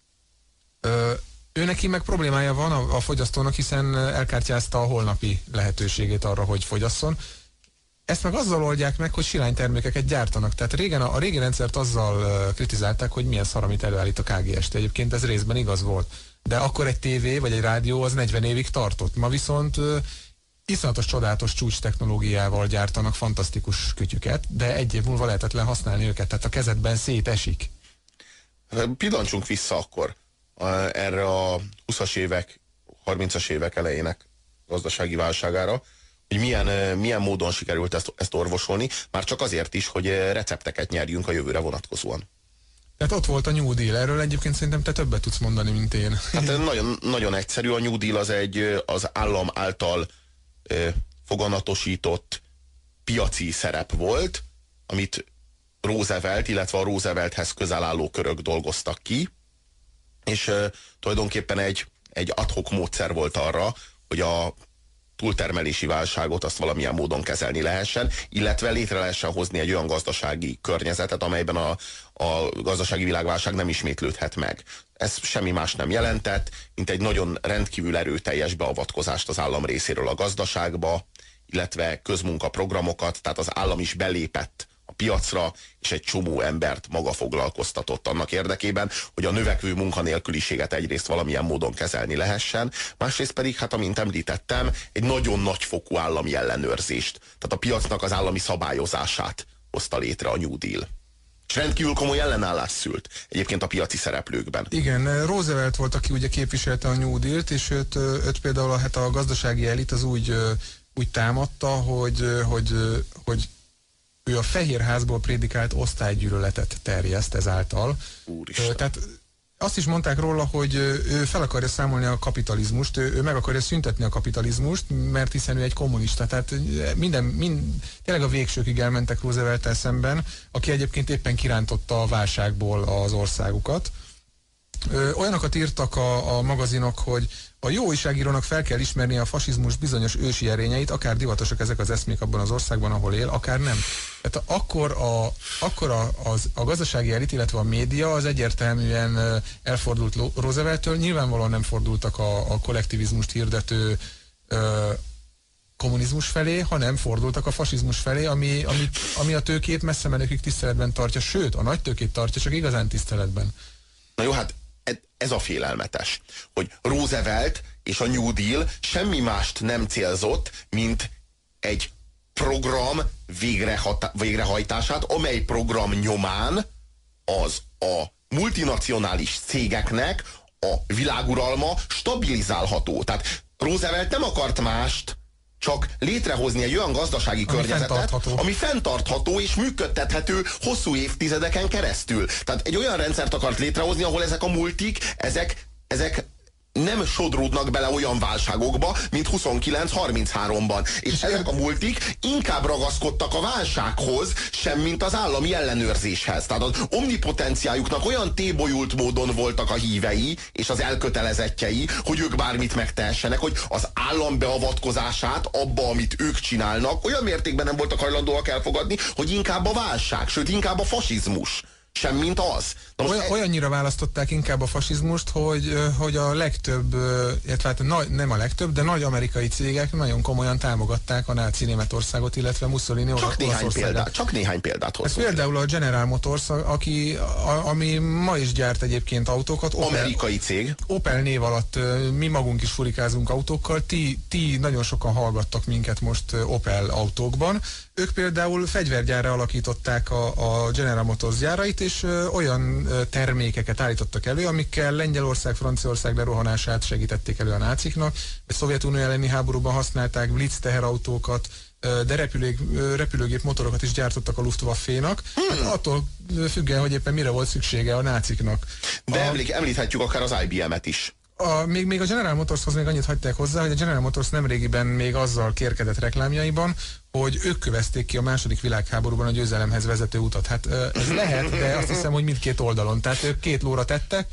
Ő neki meg problémája van a fogyasztónak, hiszen elkártyázta a holnapi lehetőségét arra, hogy fogyasszon. Ezt meg azzal oldják meg, hogy silánytermékeket gyártanak. Tehát régen a régi rendszert azzal kritizálták, hogy milyen szar, amit előállít a KGST. Egyébként ez részben igaz volt. De akkor egy tévé vagy egy rádió az 40 évig tartott. Ma viszont iszonyatos, csodálatos csúcs technológiával gyártanak fantasztikus kütyüket, de egy év múlva lehetetlen használni őket, tehát a kezedben szétesik. Pillancsunk vissza akkor erre a 20-as évek, 30-as évek elejének gazdasági válságára, hogy milyen módon sikerült ezt orvosolni, már csak azért is, hogy recepteket nyerjünk a jövőre vonatkozóan. Tehát ott volt a New Deal, erről egyébként szerintem te többet tudsz mondani, mint én. Hát nagyon, nagyon egyszerű, a New Deal az állam által foganatosított piaci szerep volt, amit Roosevelt, illetve a Roosevelthez közel álló körök dolgoztak ki, és tulajdonképpen egy ad hoc módszer volt arra, hogy a túltermelési válságot azt valamilyen módon kezelni lehessen, illetve létre lehessen hozni egy olyan gazdasági környezetet, amelyben a gazdasági világválság nem ismétlődhet meg. Ez semmi más nem jelentett, mint egy nagyon rendkívül erőteljes beavatkozást az állam részéről a gazdaságba, illetve közmunkaprogramokat, tehát az állam is belépett a piacra, és egy csomó embert maga foglalkoztatott annak érdekében, hogy a növekvő munkanélküliséget egyrészt valamilyen módon kezelni lehessen, másrészt pedig, hát amint említettem, egy nagyon nagyfokú állami ellenőrzést, tehát a piacnak az állami szabályozását hozta létre a New Deal. És rendkívül komoly ellenállás szült egyébként a piaci szereplőkben. Igen, Roosevelt volt, aki ugye képviselte a New Dealt, és őt például a gazdasági elit az úgy támadta, hogy ő a Fehérházból prédikált osztálygyűlöletet terjeszt ezáltal. Úristen. Tehát azt is mondták róla, hogy ő fel akarja számolni a kapitalizmust, ő meg akarja szüntetni a kapitalizmust, mert hiszen ő egy kommunista. Tehát tényleg a végsőkig elmentek Roosevelt-tel szemben, aki egyébként éppen kirántotta a válságból az országukat. Olyanokat írtak a magazinok, hogy a jó újságírónak fel kell ismernie a fasizmus bizonyos ősi erényeit, akár divatosak ezek az eszmék abban az országban, ahol él, akár nem. Tehát akkor a gazdasági elit, illetve a média az egyértelműen elfordult Roosevelttől, nyilvánvalóan nem fordultak a kollektivizmust hirdető kommunizmus felé, hanem fordultak a fasizmus felé, ami a tőkét messze menőkig tiszteletben tartja, sőt, a nagy tőkét tartja, csak igazán tiszteletben. Na jó, hát ez a félelmetes, hogy Roosevelt és a New Deal semmi mást nem célzott, mint egy program végrehajtását, amely program nyomán az a multinacionális cégeknek a világuralma stabilizálható. Tehát Roosevelt nem akart mást, csak létrehozni egy olyan gazdasági környezetet, ami fenntartható és működtethető hosszú évtizedeken keresztül. Tehát egy olyan rendszert akart létrehozni, ahol ezek a multik, ezek nem sodródnak bele olyan válságokba, mint 29-33-ban. És ezek a multik inkább ragaszkodtak a válsághoz, sem mint az állami ellenőrzéshez. Tehát az omnipotenciájuknak olyan tébolyult módon voltak a hívei és az elkötelezettjei, hogy ők bármit megtehessenek, hogy az állam beavatkozását abba, amit ők csinálnak, olyan mértékben nem voltak hajlandóak elfogadni, hogy inkább a válság, sőt inkább a fasizmus. Sem mint az. Olyannyira választották inkább a fasizmust, hogy a legtöbb, illetve hát nem a legtöbb, de nagy amerikai cégek nagyon komolyan támogatták a náci Németországot, illetve Mussolini Olaszországot. Csak néhány példát hozunk. Például a General Motors, ami ma is gyárt egyébként autókat. Amerikai cég. Opel név alatt mi magunk is furikázunk autókkal, ti nagyon sokan hallgattak minket most Opel autókban. Ők például fegyvergyárra alakították a General Motors gyárait, és olyan termékeket állítottak elő, amikkel Lengyelország, Franciaország lerohanását segítették elő a náciknak, a Szovjetunió elleni háborúban használták blitz teherautókat, de repülőgép motorokat is gyártottak a Luftwaffe-nak, hát attól függően, hogy éppen mire volt szüksége a náciknak. De említhetjük akár az IBM-et is. Még a General Motorshoz még annyit hagyták hozzá, hogy a General Motors nemrégiben még azzal kérkedett reklámjaiban, hogy ők kövezték ki a II. Világháborúban a győzelemhez vezető utat. Hát ez lehet, de azt hiszem, hogy mindkét oldalon. Tehát ők két lóra tettek,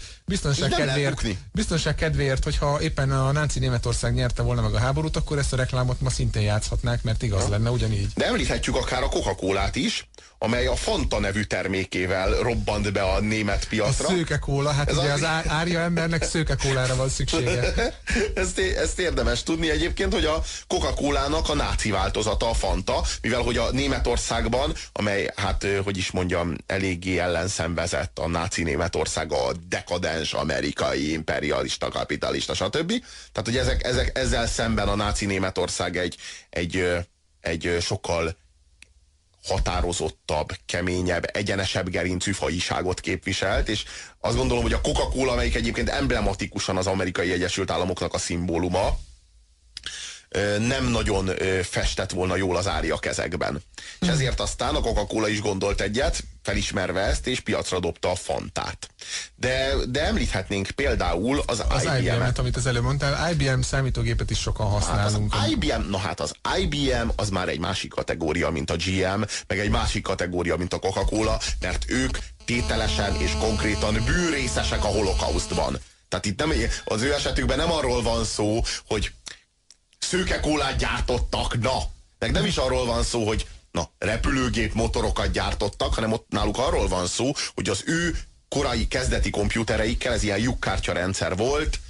biztonság kedvéért, hogyha éppen a náci Németország nyerte volna meg a háborút, akkor ezt a reklámot ma szintén játszhatnák, mert igaz lenne ugyanígy. De említhetjük akár a Coca-Colát is, amely a Fanta nevű termékével robbant be a német piacra. A szőke kóla, hát ugye az árja embernek szőke kólára van szüksége. ezt érdemes tudni egyébként, hogy a Coca-Colának a náci változata a Fanta, mivel hogy a Németországban, amely, hát hogy is mondjam, eléggé ellenszenvezett a náci Németország, a dekadens amerikai, imperialista, kapitalista, stb. Tehát, hogy ezzel szemben a náci Németország egy sokkal határozottabb, keményebb, egyenesebb gerincű fajiságot képviselt, és azt gondolom, hogy a Coca-Cola, amelyik egyébként emblematikusan az Amerikai Egyesült Államoknak a szimbóluma, nem nagyon festett volna jól az ária kezekben. És ezért aztán a Coca-Cola is gondolt egyet, felismerve ezt, és piacra dobta a Fantát. De említhetnénk például az IBM-et. Amit az előbb mondtál, IBM számítógépet is sokan használunk. Az IBM az már egy másik kategória, mint a GM, meg egy másik kategória, mint a Coca-Cola, mert ők tételesen és konkrétan bűrészesek a holokausztban. Tehát itt az ő esetükben nem arról van szó, hogy szőke kólát gyártottak, meg nem is arról van szó, hogy repülőgép motorokat gyártottak, hanem ott náluk arról van szó, hogy az ő korai kezdeti kompjútereikkel, ez ilyen lyukkártya rendszer volt,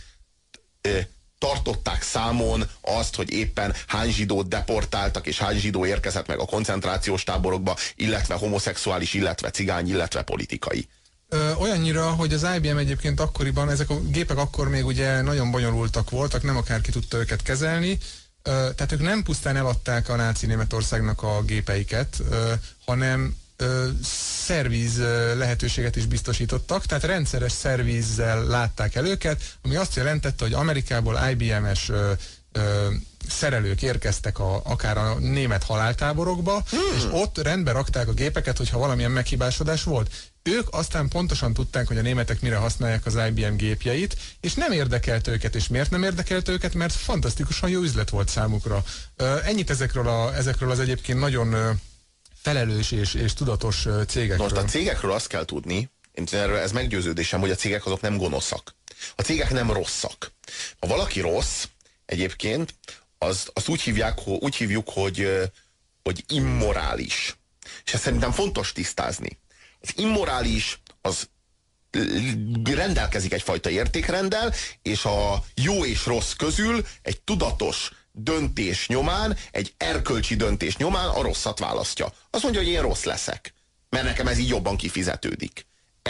tartották számon azt, hogy éppen hány zsidót deportáltak, és hány zsidó érkezett meg a koncentrációs táborokba, illetve homoszexuális, illetve cigány, illetve politikai. Olyannyira, hogy az IBM egyébként akkoriban, ezek a gépek akkor még ugye nagyon bonyolultak voltak, nem akárki tudta őket kezelni, tehát ők nem pusztán eladták a náci Németországnak a gépeiket, hanem szerviz lehetőséget is biztosítottak, tehát rendszeres szervizzel látták el őket, ami azt jelentette, hogy Amerikából IBM-es szerelők érkeztek akár a német haláltáborokba, és ott rendbe rakták a gépeket, hogyha valamilyen meghibásodás volt. Ők aztán pontosan tudták, hogy a németek mire használják az IBM gépjeit, és nem érdekelt őket. És miért nem érdekelt őket? Mert fantasztikusan jó üzlet volt számukra. Ennyit ezekről az egyébként nagyon felelős és tudatos cégekről. Most a cégekről azt kell tudni, Ez meggyőződésem, hogy a cégek azok nem gonoszak. A cégek nem rosszak. Ha valaki rossz, egyébként, azt úgy hívjuk, hogy immorális. És ezt szerintem fontos tisztázni. Az immorális, az rendelkezik egyfajta értékrenddel, és a jó és rossz közül egy tudatos döntés nyomán, egy erkölcsi döntés nyomán a rosszat választja. Azt mondja, hogy én rossz leszek, mert nekem ez így jobban kifizetődik.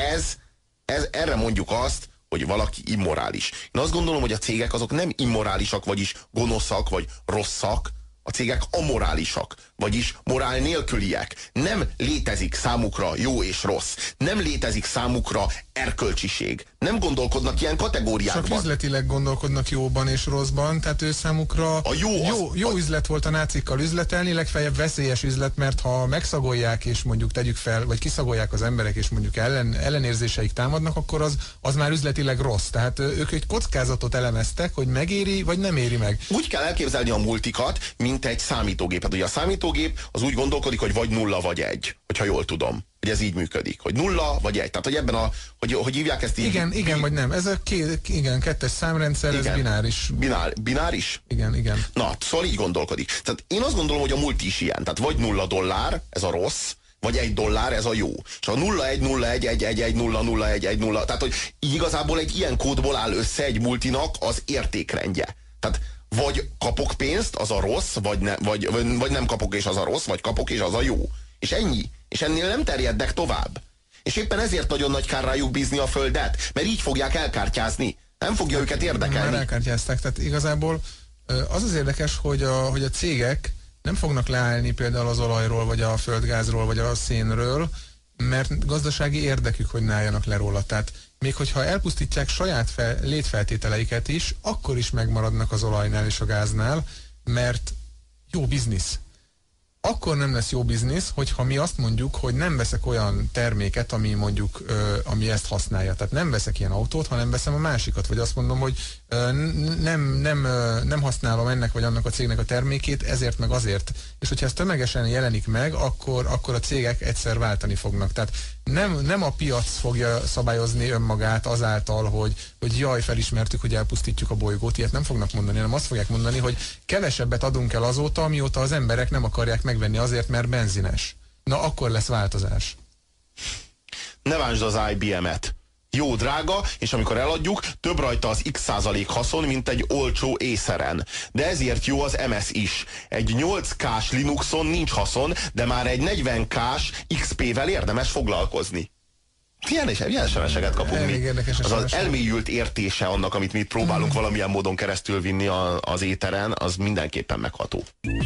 Erre mondjuk azt, hogy valaki immorális. Én azt gondolom, hogy a cégek azok nem immorálisak, vagyis gonoszak, vagy rosszak, a cégek amorálisak, vagyis morál nélküliek. Nem létezik számukra jó és rossz. Nem létezik számukra erkölcsiség. Nem gondolkodnak ilyen kategóriákban. Csak üzletileg gondolkodnak jóban és rosszban, tehát ő számukra a jó üzlet volt a nácikkal üzletelni, legfeljebb veszélyes üzlet, mert ha megszagolják és mondjuk tegyük fel, vagy kiszagolják az emberek és mondjuk ellenérzéseik támadnak, akkor az már üzletileg rossz. Tehát ők egy kockázatot elemeztek, hogy megéri, vagy nem éri meg. Úgy kell elképzelni a multikat, mint egy számítógépet. Ugye a számítógép az úgy gondolkodik, hogy vagy 0 vagy 1, hogyha jól tudom. Hogy ez így működik, hogy 0 vagy 1. Tehát, hogy ebben hogy hívják ezt így? Igen, vagy nem. Ez a kettes számrendszer, igen. Ez bináris. Bináris? Igen. Na, szóval így gondolkodik. Tehát én azt gondolom, hogy a multi is ilyen. Tehát vagy $0, ez a rossz, vagy $1, ez a jó. És a 0-1, 0-1, 1-1, 0 0 1 1 0. Tehát, hogy igazából egy ilyen kódból áll össze egy multinak az értékrendje. Tehát vagy kapok pénzt, az a rossz, vagy nem kapok, és az a rossz, vagy kapok, és az a jó. És ennyi. És ennél nem terjednek tovább. És éppen ezért nagyon nagy kár rájuk bízni a földet, mert így fogják elkártyázni. Nem fogja őket érdekelni. Már elkártyázták, tehát igazából az érdekes, hogy a cégek nem fognak leállni például az olajról, vagy a földgázról, vagy a szénről, mert gazdasági érdekük, hogy ne álljanak le róla. Tehát még hogyha elpusztítják saját létfeltételeiket is, akkor is megmaradnak az olajnál és a gáznál, mert jó biznisz. Akkor nem lesz jó biznisz, hogyha mi azt mondjuk, hogy nem veszek olyan terméket, ami mondjuk, ami ezt használja. Tehát nem veszek ilyen autót, hanem veszem a másikat. Vagy azt mondom, hogy nem használom ennek vagy annak a cégnek a termékét, ezért meg azért. És hogyha ez tömegesen jelenik meg, akkor a cégek egyszer váltani fognak. Tehát nem a piac fogja szabályozni önmagát azáltal, hogy jaj, felismertük, hogy elpusztítjuk a bolygót, ilyet nem fognak mondani, hanem azt fogják mondani, hogy kevesebbet adunk el azóta, amióta az emberek nem akarják megvenni azért, mert benzines. Na, akkor lesz változás. Ne vásd az IBM-et. Jó, drága, és amikor eladjuk, több rajta az x% haszon, mint egy olcsó észeren. De ezért jó az MS is. Egy 8K-s Linuxon nincs haszon, de már egy 40K-s XP-vel érdemes foglalkozni. Milyen SMS-eket kapunk mi? Az elmélyült értése annak, amit mi próbálunk valamilyen módon keresztül vinni az éteren, az mindenképpen megható.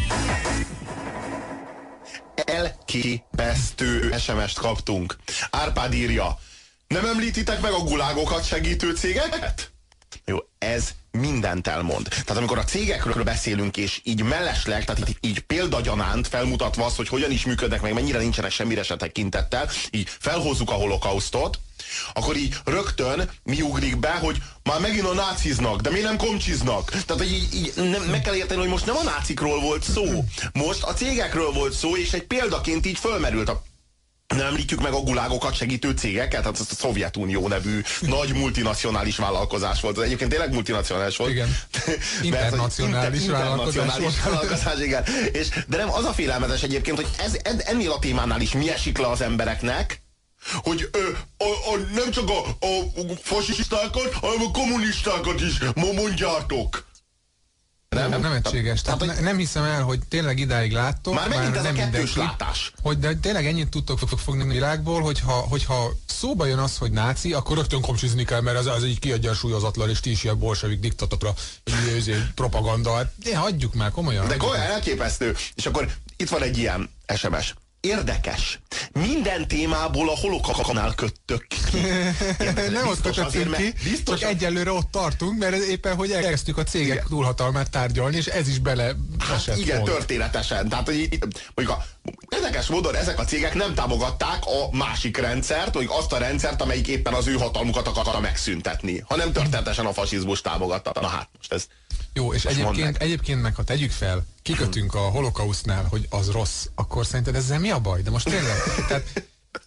Elképesztő SMS-t kaptunk. Árpád írja: nem említitek meg a gulágokat segítő cégeket? Jó, ez mindent elmond. Tehát amikor a cégekről beszélünk, és így mellesleg, tehát így példagyanánt felmutatva azt, hogy hogyan is működnek, meg mennyire nincsenek semmire se tekintettel, így felhozzuk a holokausztot, akkor így rögtön mi ugrik be, hogy már megint a náciznak, de miért nem komcsiznak? Tehát így meg kell érteni, hogy most nem a nácikról volt szó, most a cégekről volt szó, és egy példaként így fölmerült nem említjük meg a gulágokat segítő cégeket, hát ez a Szovjetunió nevű nagy multinacionális vállalkozás volt. Ez egyébként tényleg multinacionális volt. Igen. Internacionális vállalkozás, igen. De nem, az a félelmetes egyébként, hogy ennél a témánál is mi esik le az embereknek, hogy nem csak a fasisztákat, hanem a kommunistákat is mondjátok. Nem egységes. Tehát nem hiszem el, hogy tényleg idáig láttok. Már megint ez a kettős látás. Hogy de tényleg ennyit tudtok fogni a világból, hogyha szóba jön az, hogy náci, akkor rögtön komcsizni kell, mert ez egy kiegyensúlyozatlan, és ti is ilyen bolsevik diktatokra propaganda. Hát, hagyjuk már, komolyan. De komolyan elképesztő. És akkor itt van egy ilyen SMS. Érdekes. Minden témából a holokausznál köttök ki. Nem ott kötöttünk ki, csak egyelőre ott tartunk, mert éppen, hogy elkezdtük a cégek túlhatalmát tárgyalni, és ez is bele esett. Igen, pont. Történetesen. Tehát, hogy mondjuk érdekes módon ezek a cégek nem támogatták a másik rendszert, vagy azt a rendszert, amelyik éppen az ő hatalmukat akarta megszüntetni, hanem történetesen a fasizmus támogatta. Na hát, most ez... Jó, és egyébként meg, ha tegyük fel, kikötünk a holokausztnál, hogy az rossz, akkor szerinted ezzel mi a baj? De most tényleg, tehát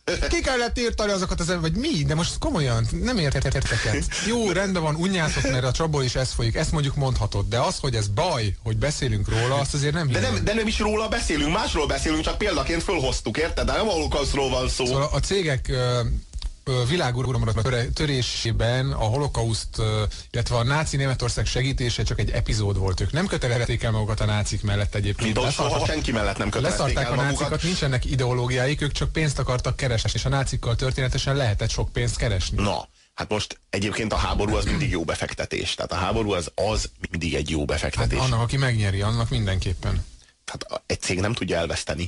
Ki kellett írtani azokat az vagy mi? De most komolyan, nem értek. Jó, rendben van, unjátok, mert a csapból is ez folyik, ezt mondjuk mondhatod, de az, hogy ez baj, hogy beszélünk róla, azt azért nem hiszem. De nem is róla beszélünk, másról beszélünk, csak példaként fölhoztuk, érted? De nem a holokausztról van szó. Szóval a cégek világuralomra törésében a holokauszt, illetve a náci Németország segítése csak egy epizód volt. Ők nem kötelezték el magukat a nácik mellett egyébként. Mint soha senki mellett nem kötelezték el magukat. Leszarták a nácikat, nincsenek ideológiáik, ők csak pénzt akartak keresni, és a nácikkal történetesen lehetett sok pénzt keresni. Na, hát most egyébként a háború az mindig jó befektetés. Tehát a háború az mindig egy jó befektetés. Hát annak, aki megnyeri, annak mindenképpen. Hát egy cég nem tudja elveszteni.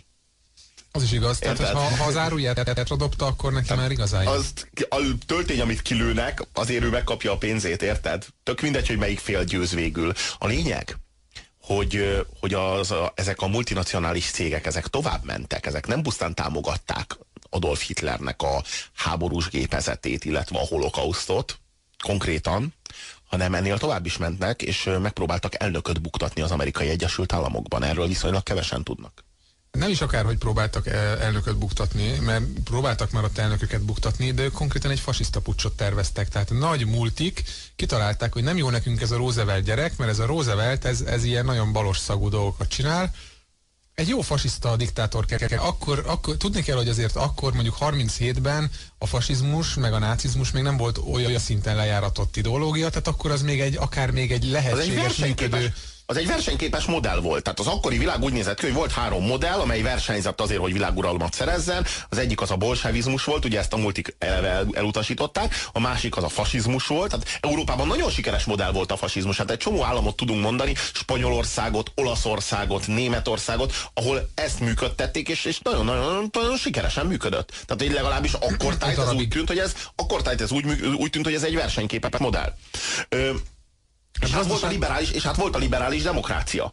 Az is igaz. Tehát, ha az áruját dobta, akkor neki már igazán. A töltény, amit kilőnek, azért ő megkapja a pénzét, érted? Tök mindegy, hogy melyik fél győz végül. A lényeg, hogy ezek a multinacionális cégek, ezek tovább mentek, ezek nem pusztán támogatták Adolf Hitlernek a háborús gépezetét, illetve a holokausztot konkrétan, hanem ennél tovább is mentek, és megpróbáltak elnököt buktatni az Amerikai Egyesült Államokban. Erről viszonylag kevesen tudnak. Nem is akárhogy próbáltak elnököt buktatni, mert próbáltak már ott elnököket buktatni, de ők konkrétan egy fasiszta puccsot terveztek. Tehát nagy multik kitalálták, hogy nem jó nekünk ez a Roosevelt gyerek, mert ez a Roosevelt, ez ilyen nagyon balos szagú dolgokat csinál. Egy jó fasiszta diktátor akkor tudni kell, hogy azért akkor mondjuk 37-ben a fasizmus meg a nácizmus még nem volt olyan szinten lejáratott ideológia, tehát akkor az akár még egy lehetséges működő. Az egy versenyképes modell volt. Tehát az akkori világ úgy nézett ki, hogy volt 3 modell, amely versenyzett azért, hogy világuralmat szerezzen. Az egyik az a bolsevizmus volt, ugye ezt a multik elutasították, a másik az a fasizmus volt. Tehát Európában nagyon sikeres modell volt a fasizmus. Hát egy csomó államot tudunk mondani, Spanyolországot, Olaszországot, Németországot, ahol ezt működtették, és nagyon sikeresen működött. Tehát így legalábbis akkortájt ez úgy tűnt, hogy ez egy versenyképes modell. És hát volt a liberális demokrácia.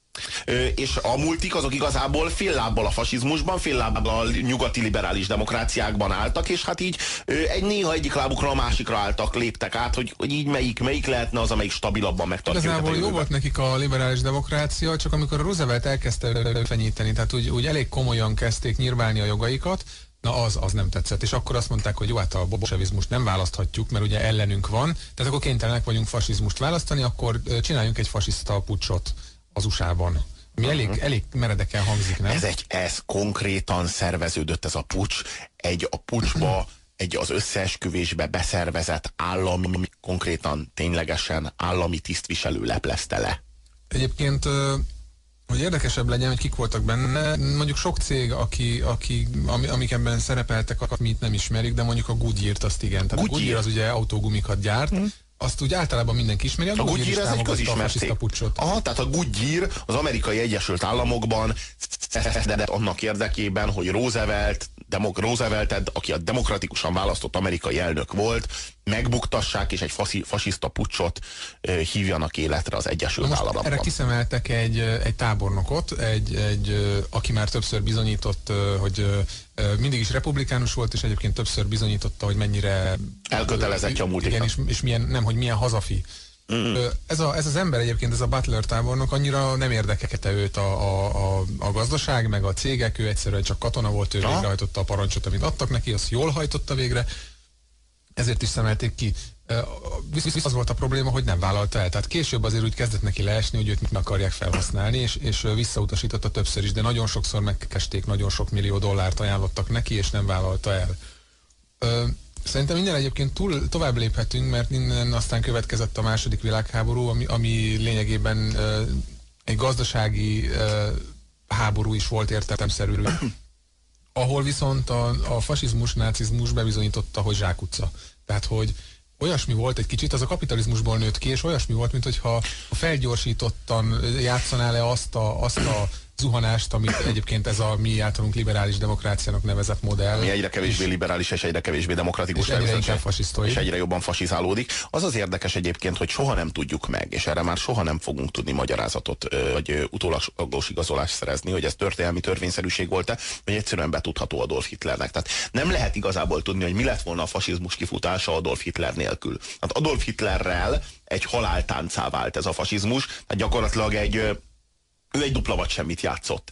És a multik azok igazából fél lábbal a fasizmusban, fél lábbal a nyugati liberális demokráciákban álltak, és hát így néha egyik lábukra a másikra álltak, léptek át, hogy így melyik lehetne az, amelyik stabilabban megtartja. Igazából jó volt nekik a liberális demokrácia, csak amikor a Roosevelt elkezdte fenyíteni, tehát úgy elég komolyan kezdték nyírválni a jogaikat, na az nem tetszett. És akkor azt mondták, hogy jó, hát a bolsevizmust nem választhatjuk, mert ugye ellenünk van, tehát akkor kénytelenek vagyunk fasizmust választani, akkor csináljunk egy fasiszta puccsot az USA-ban. Mi elég meredeken hangzik, nem? Ez konkrétan szerveződött, ez a puccs. A puccsba az összeesküvésbe beszervezett állami, konkrétan ténylegesen állami tisztviselő leplezte le. Egyébként hogy érdekesebb legyen, hogy kik voltak benne, mondjuk sok cég, amik ebben szerepeltek, amit nem ismerik, de mondjuk a Goodyear-t azt igen. Tehát a Goodyear az ugye autógumikat gyárt, azt úgy általában mindenki ismeri. A Goodyear ez egy közismert cég. Aha, tehát a Goodyear az Amerikai Egyesült Államokban annak érdekében, hogy Rooseveltet, aki a demokratikusan választott amerikai elnök volt, megbuktassák, és egy fasiszta puccsot hívjanak életre az Egyesült Államokban. Erre kiszemeltek egy tábornokot, aki már többször bizonyított, hogy mindig is republikánus volt, és egyébként többször bizonyította, hogy mennyire elkötelezettje a multiknak. Igen, és milyen hazafi. Ez az ember egyébként, ez a Butler tábornok, annyira nem érdekelte őt a gazdaság, meg a cégek, ő egyszerűen csak katona volt, ő végrehajtotta a parancsot, amit adtak neki, azt jól hajtotta végre, ezért is szemelték ki. Az volt a probléma, hogy nem vállalta el. Tehát később azért úgy kezdett neki leesni, hogy őt mit akarják felhasználni, és visszautasította többször is, de nagyon sokszor megkesték, nagyon sok millió dollárt ajánlottak neki, és nem vállalta el. Szerintem innen egyébként tovább léphetünk, mert innen aztán következett a második világháború, ami lényegében egy gazdasági háború is volt értelemszerű, ahol viszont a fasizmus, nácizmus bebizonyította, hogy zsákutca. Tehát, hogy olyasmi volt egy kicsit, az a kapitalizmusból nőtt ki, és olyasmi volt, mintha felgyorsítottan játszanál le azt a zuhanást, amit egyébként ez a mi általunk liberális demokráciának nevezett modell. Mi egyre kevésbé liberális és egyre kevésbé demokratikus. És egyre inkább fasisztoi. És egyre jobban fasizálódik. Az érdekes egyébként, hogy soha nem tudjuk meg, és erre már soha nem fogunk tudni magyarázatot, vagy utólagos igazolást szerezni, hogy ez történelmi törvényszerűség volt-e, vagy egyszerűen betudható Adolf Hitlernek. Tehát nem lehet igazából tudni, hogy mi lett volna a fasizmus kifutása Adolf Hitler nélkül. Hát Adolf Hitlerrel egy haláltáncá vált ez a fasizmus, tehát gyakorlatilag ő egy dupla vagy semmit játszott.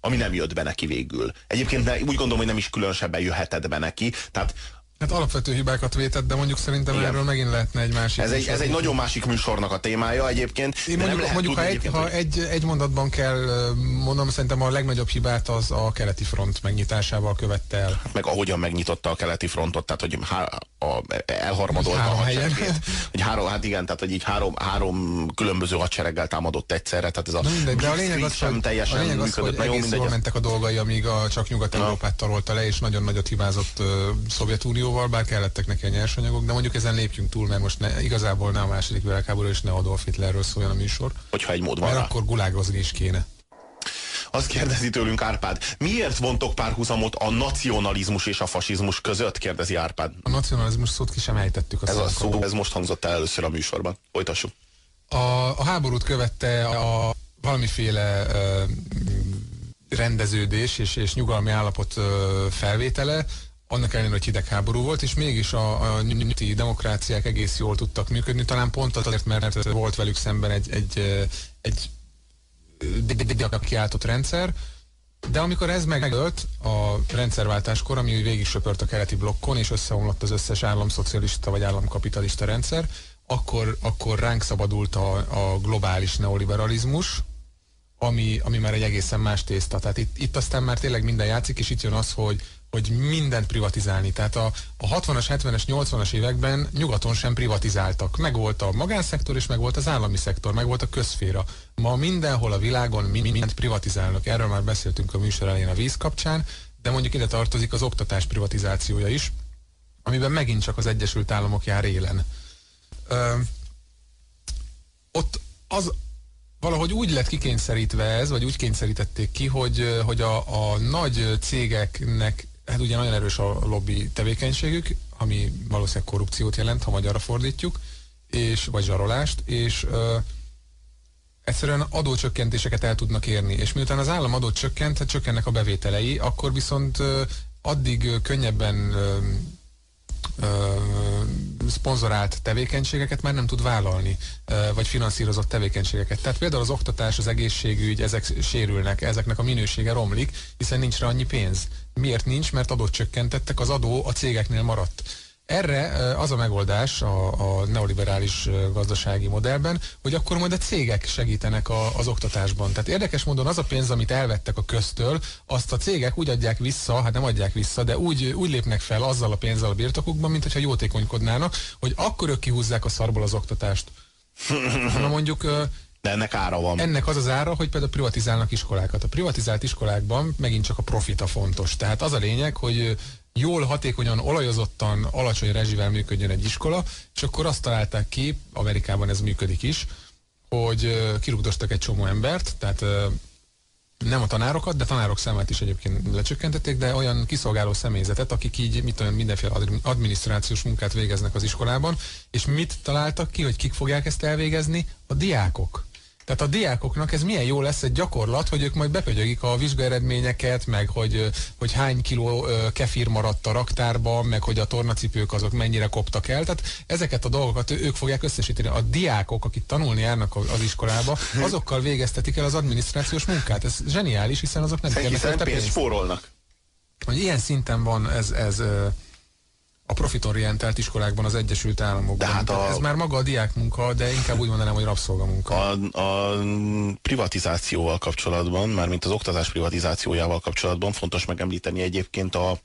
ami nem jött be neki végül. Egyébként úgy gondolom, hogy nem is különösebben jöhetett be neki, tehát Hát alapvető hibákat vétett, de mondjuk szerintem igen, erről megint lehetne egy másik. Ez egy nagyon másik műsornak a témája egyébként. Ha egy mondatban kell mondanom, szerintem a legnagyobb hibát az a keleti front megnyitásával követte el. Hát meg ahogyan megnyitotta a keleti frontot, tehát hogy elharmadolta a hadseregét. Hát igen, tehát hogy így három különböző hadsereggel támadott egyszerre. Tehát ez a mindegy, de a lényeg az, hogy egész jól mentek a dolgai, amíg csak Nyugat-Európát tarolta le, és nagyon nagyot hibázott Szovjetunióval, bár kellettek neki a nyersanyagok, de mondjuk ezen lépjünk túl, mert most igazából ne a második világháború és ne Adolf Hitlerről szóljon a műsor. Hogyha egy mód van mert rá. Akkor gulágozni is kéne. Azt kérdezi tőlünk Árpád, miért vontok párhuzamot a nacionalizmus és a fasizmus között, kérdezi Árpád. A nacionalizmus szót ki sem ejtettük. Ez a szó, ez most hangzott el először a műsorban. Folytassuk. A háborút követte a valamiféle rendeződés és nyugalmi állapot felvétele, annak ellenére, hogy hidegháború volt, és mégis a nyugati demokráciák egész jól tudtak működni, talán pont azért, mert volt velük szemben egy kiáltott rendszer, de amikor ez megölt a rendszerváltáskor, ami végig söpört a keleti blokkon, és összeomlott az összes államszocialista vagy államkapitalista rendszer, akkor ránk szabadult a globális neoliberalizmus, ami már egy egészen más tészta. Tehát itt aztán már tényleg minden játszik, és itt jön az, hogy mindent privatizálni. Tehát a 60-as, 70-es, 80-as években nyugaton sem privatizáltak. Megvolt a magánszektor, és megvolt az állami szektor, megvolt a közszféra. Ma mindenhol a világon mindent privatizálnak. Erről már beszéltünk a műsor elején a víz kapcsán, de mondjuk ide tartozik az oktatás privatizációja is, amiben megint csak az Egyesült Államok jár élen. Ott az valahogy úgy lett kikényszerítve ez, vagy úgy kényszerítették ki, hogy a nagy cégeknek, hát ugye nagyon erős a lobby tevékenységük, ami valószínűleg korrupciót jelent, ha magyarra fordítjuk, vagy zsarolást, és egyszerűen adócsökkentéseket el tudnak érni. És miután az állam adót csökkent, hát csökkennek a bevételei, akkor viszont addig könnyebben szponzorált tevékenységeket már nem tud vállalni, vagy finanszírozott tevékenységeket. Tehát például az oktatás, az egészségügy, ezek sérülnek, ezeknek a minősége romlik, hiszen nincs rá annyi pénz. Miért nincs? Mert adót csökkentettek, az adó a cégeknél maradt. Erre az a megoldás a neoliberális gazdasági modellben, hogy akkor majd a cégek segítenek az oktatásban. Tehát érdekes módon az a pénz, amit elvettek a köztől, azt a cégek úgy adják vissza, hát nem adják vissza, de úgy lépnek fel azzal a pénzzel a birtokukban, mint hogyha jótékonykodnának, hogy akkor ők kihúzzák a szarból az oktatást. Na mondjuk... De ennek ára van. Ennek az az ára, hogy például privatizálnak iskolákat. A privatizált iskolákban megint csak a profita fontos. Tehát az a lényeg, hogy jól, hatékonyan, olajozottan, alacsony rezsivel működjön egy iskola, és akkor azt találták ki, Amerikában ez működik is, hogy kirúgdostak egy csomó embert, tehát nem a tanárokat, de tanárok számát is egyébként lecsökkentették, de olyan kiszolgáló személyzetet, akik így mindenféle adminisztrációs munkát végeznek az iskolában, és mit találtak ki, hogy kik fogják ezt elvégezni? A diákok. Tehát a diákoknak ez milyen jó lesz egy gyakorlat, hogy ők majd bepögyögik a vizsgaeredményeket, meg hogy hány kiló kefir maradt a raktárban, meg hogy a tornacipők azok mennyire koptak el. Tehát ezeket a dolgokat ők fogják összesíteni. A diákok, akik tanulni járnak az iskolába, azokkal végeztetik el az adminisztrációs munkát. Ez zseniális, hiszen azok nem kérnek érte pénzt. Spórolnak. Hogy ilyen szinten van ez a profitorientált iskolákban az Egyesült Államokban. Hát ez már maga a diákmunka, de inkább úgy mondanám, hogy rabszolgamunka. A privatizációval kapcsolatban, mármint az oktatás privatizációjával kapcsolatban fontos megemlíteni egyébként a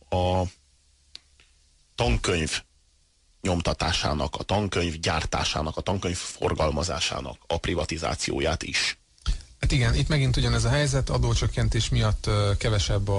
tankönyv nyomtatásának, a tankönyv gyártásának, a tankönyv forgalmazásának a privatizációját is. Hát igen, itt megint ugyanez a helyzet, adócsökkentés miatt kevesebb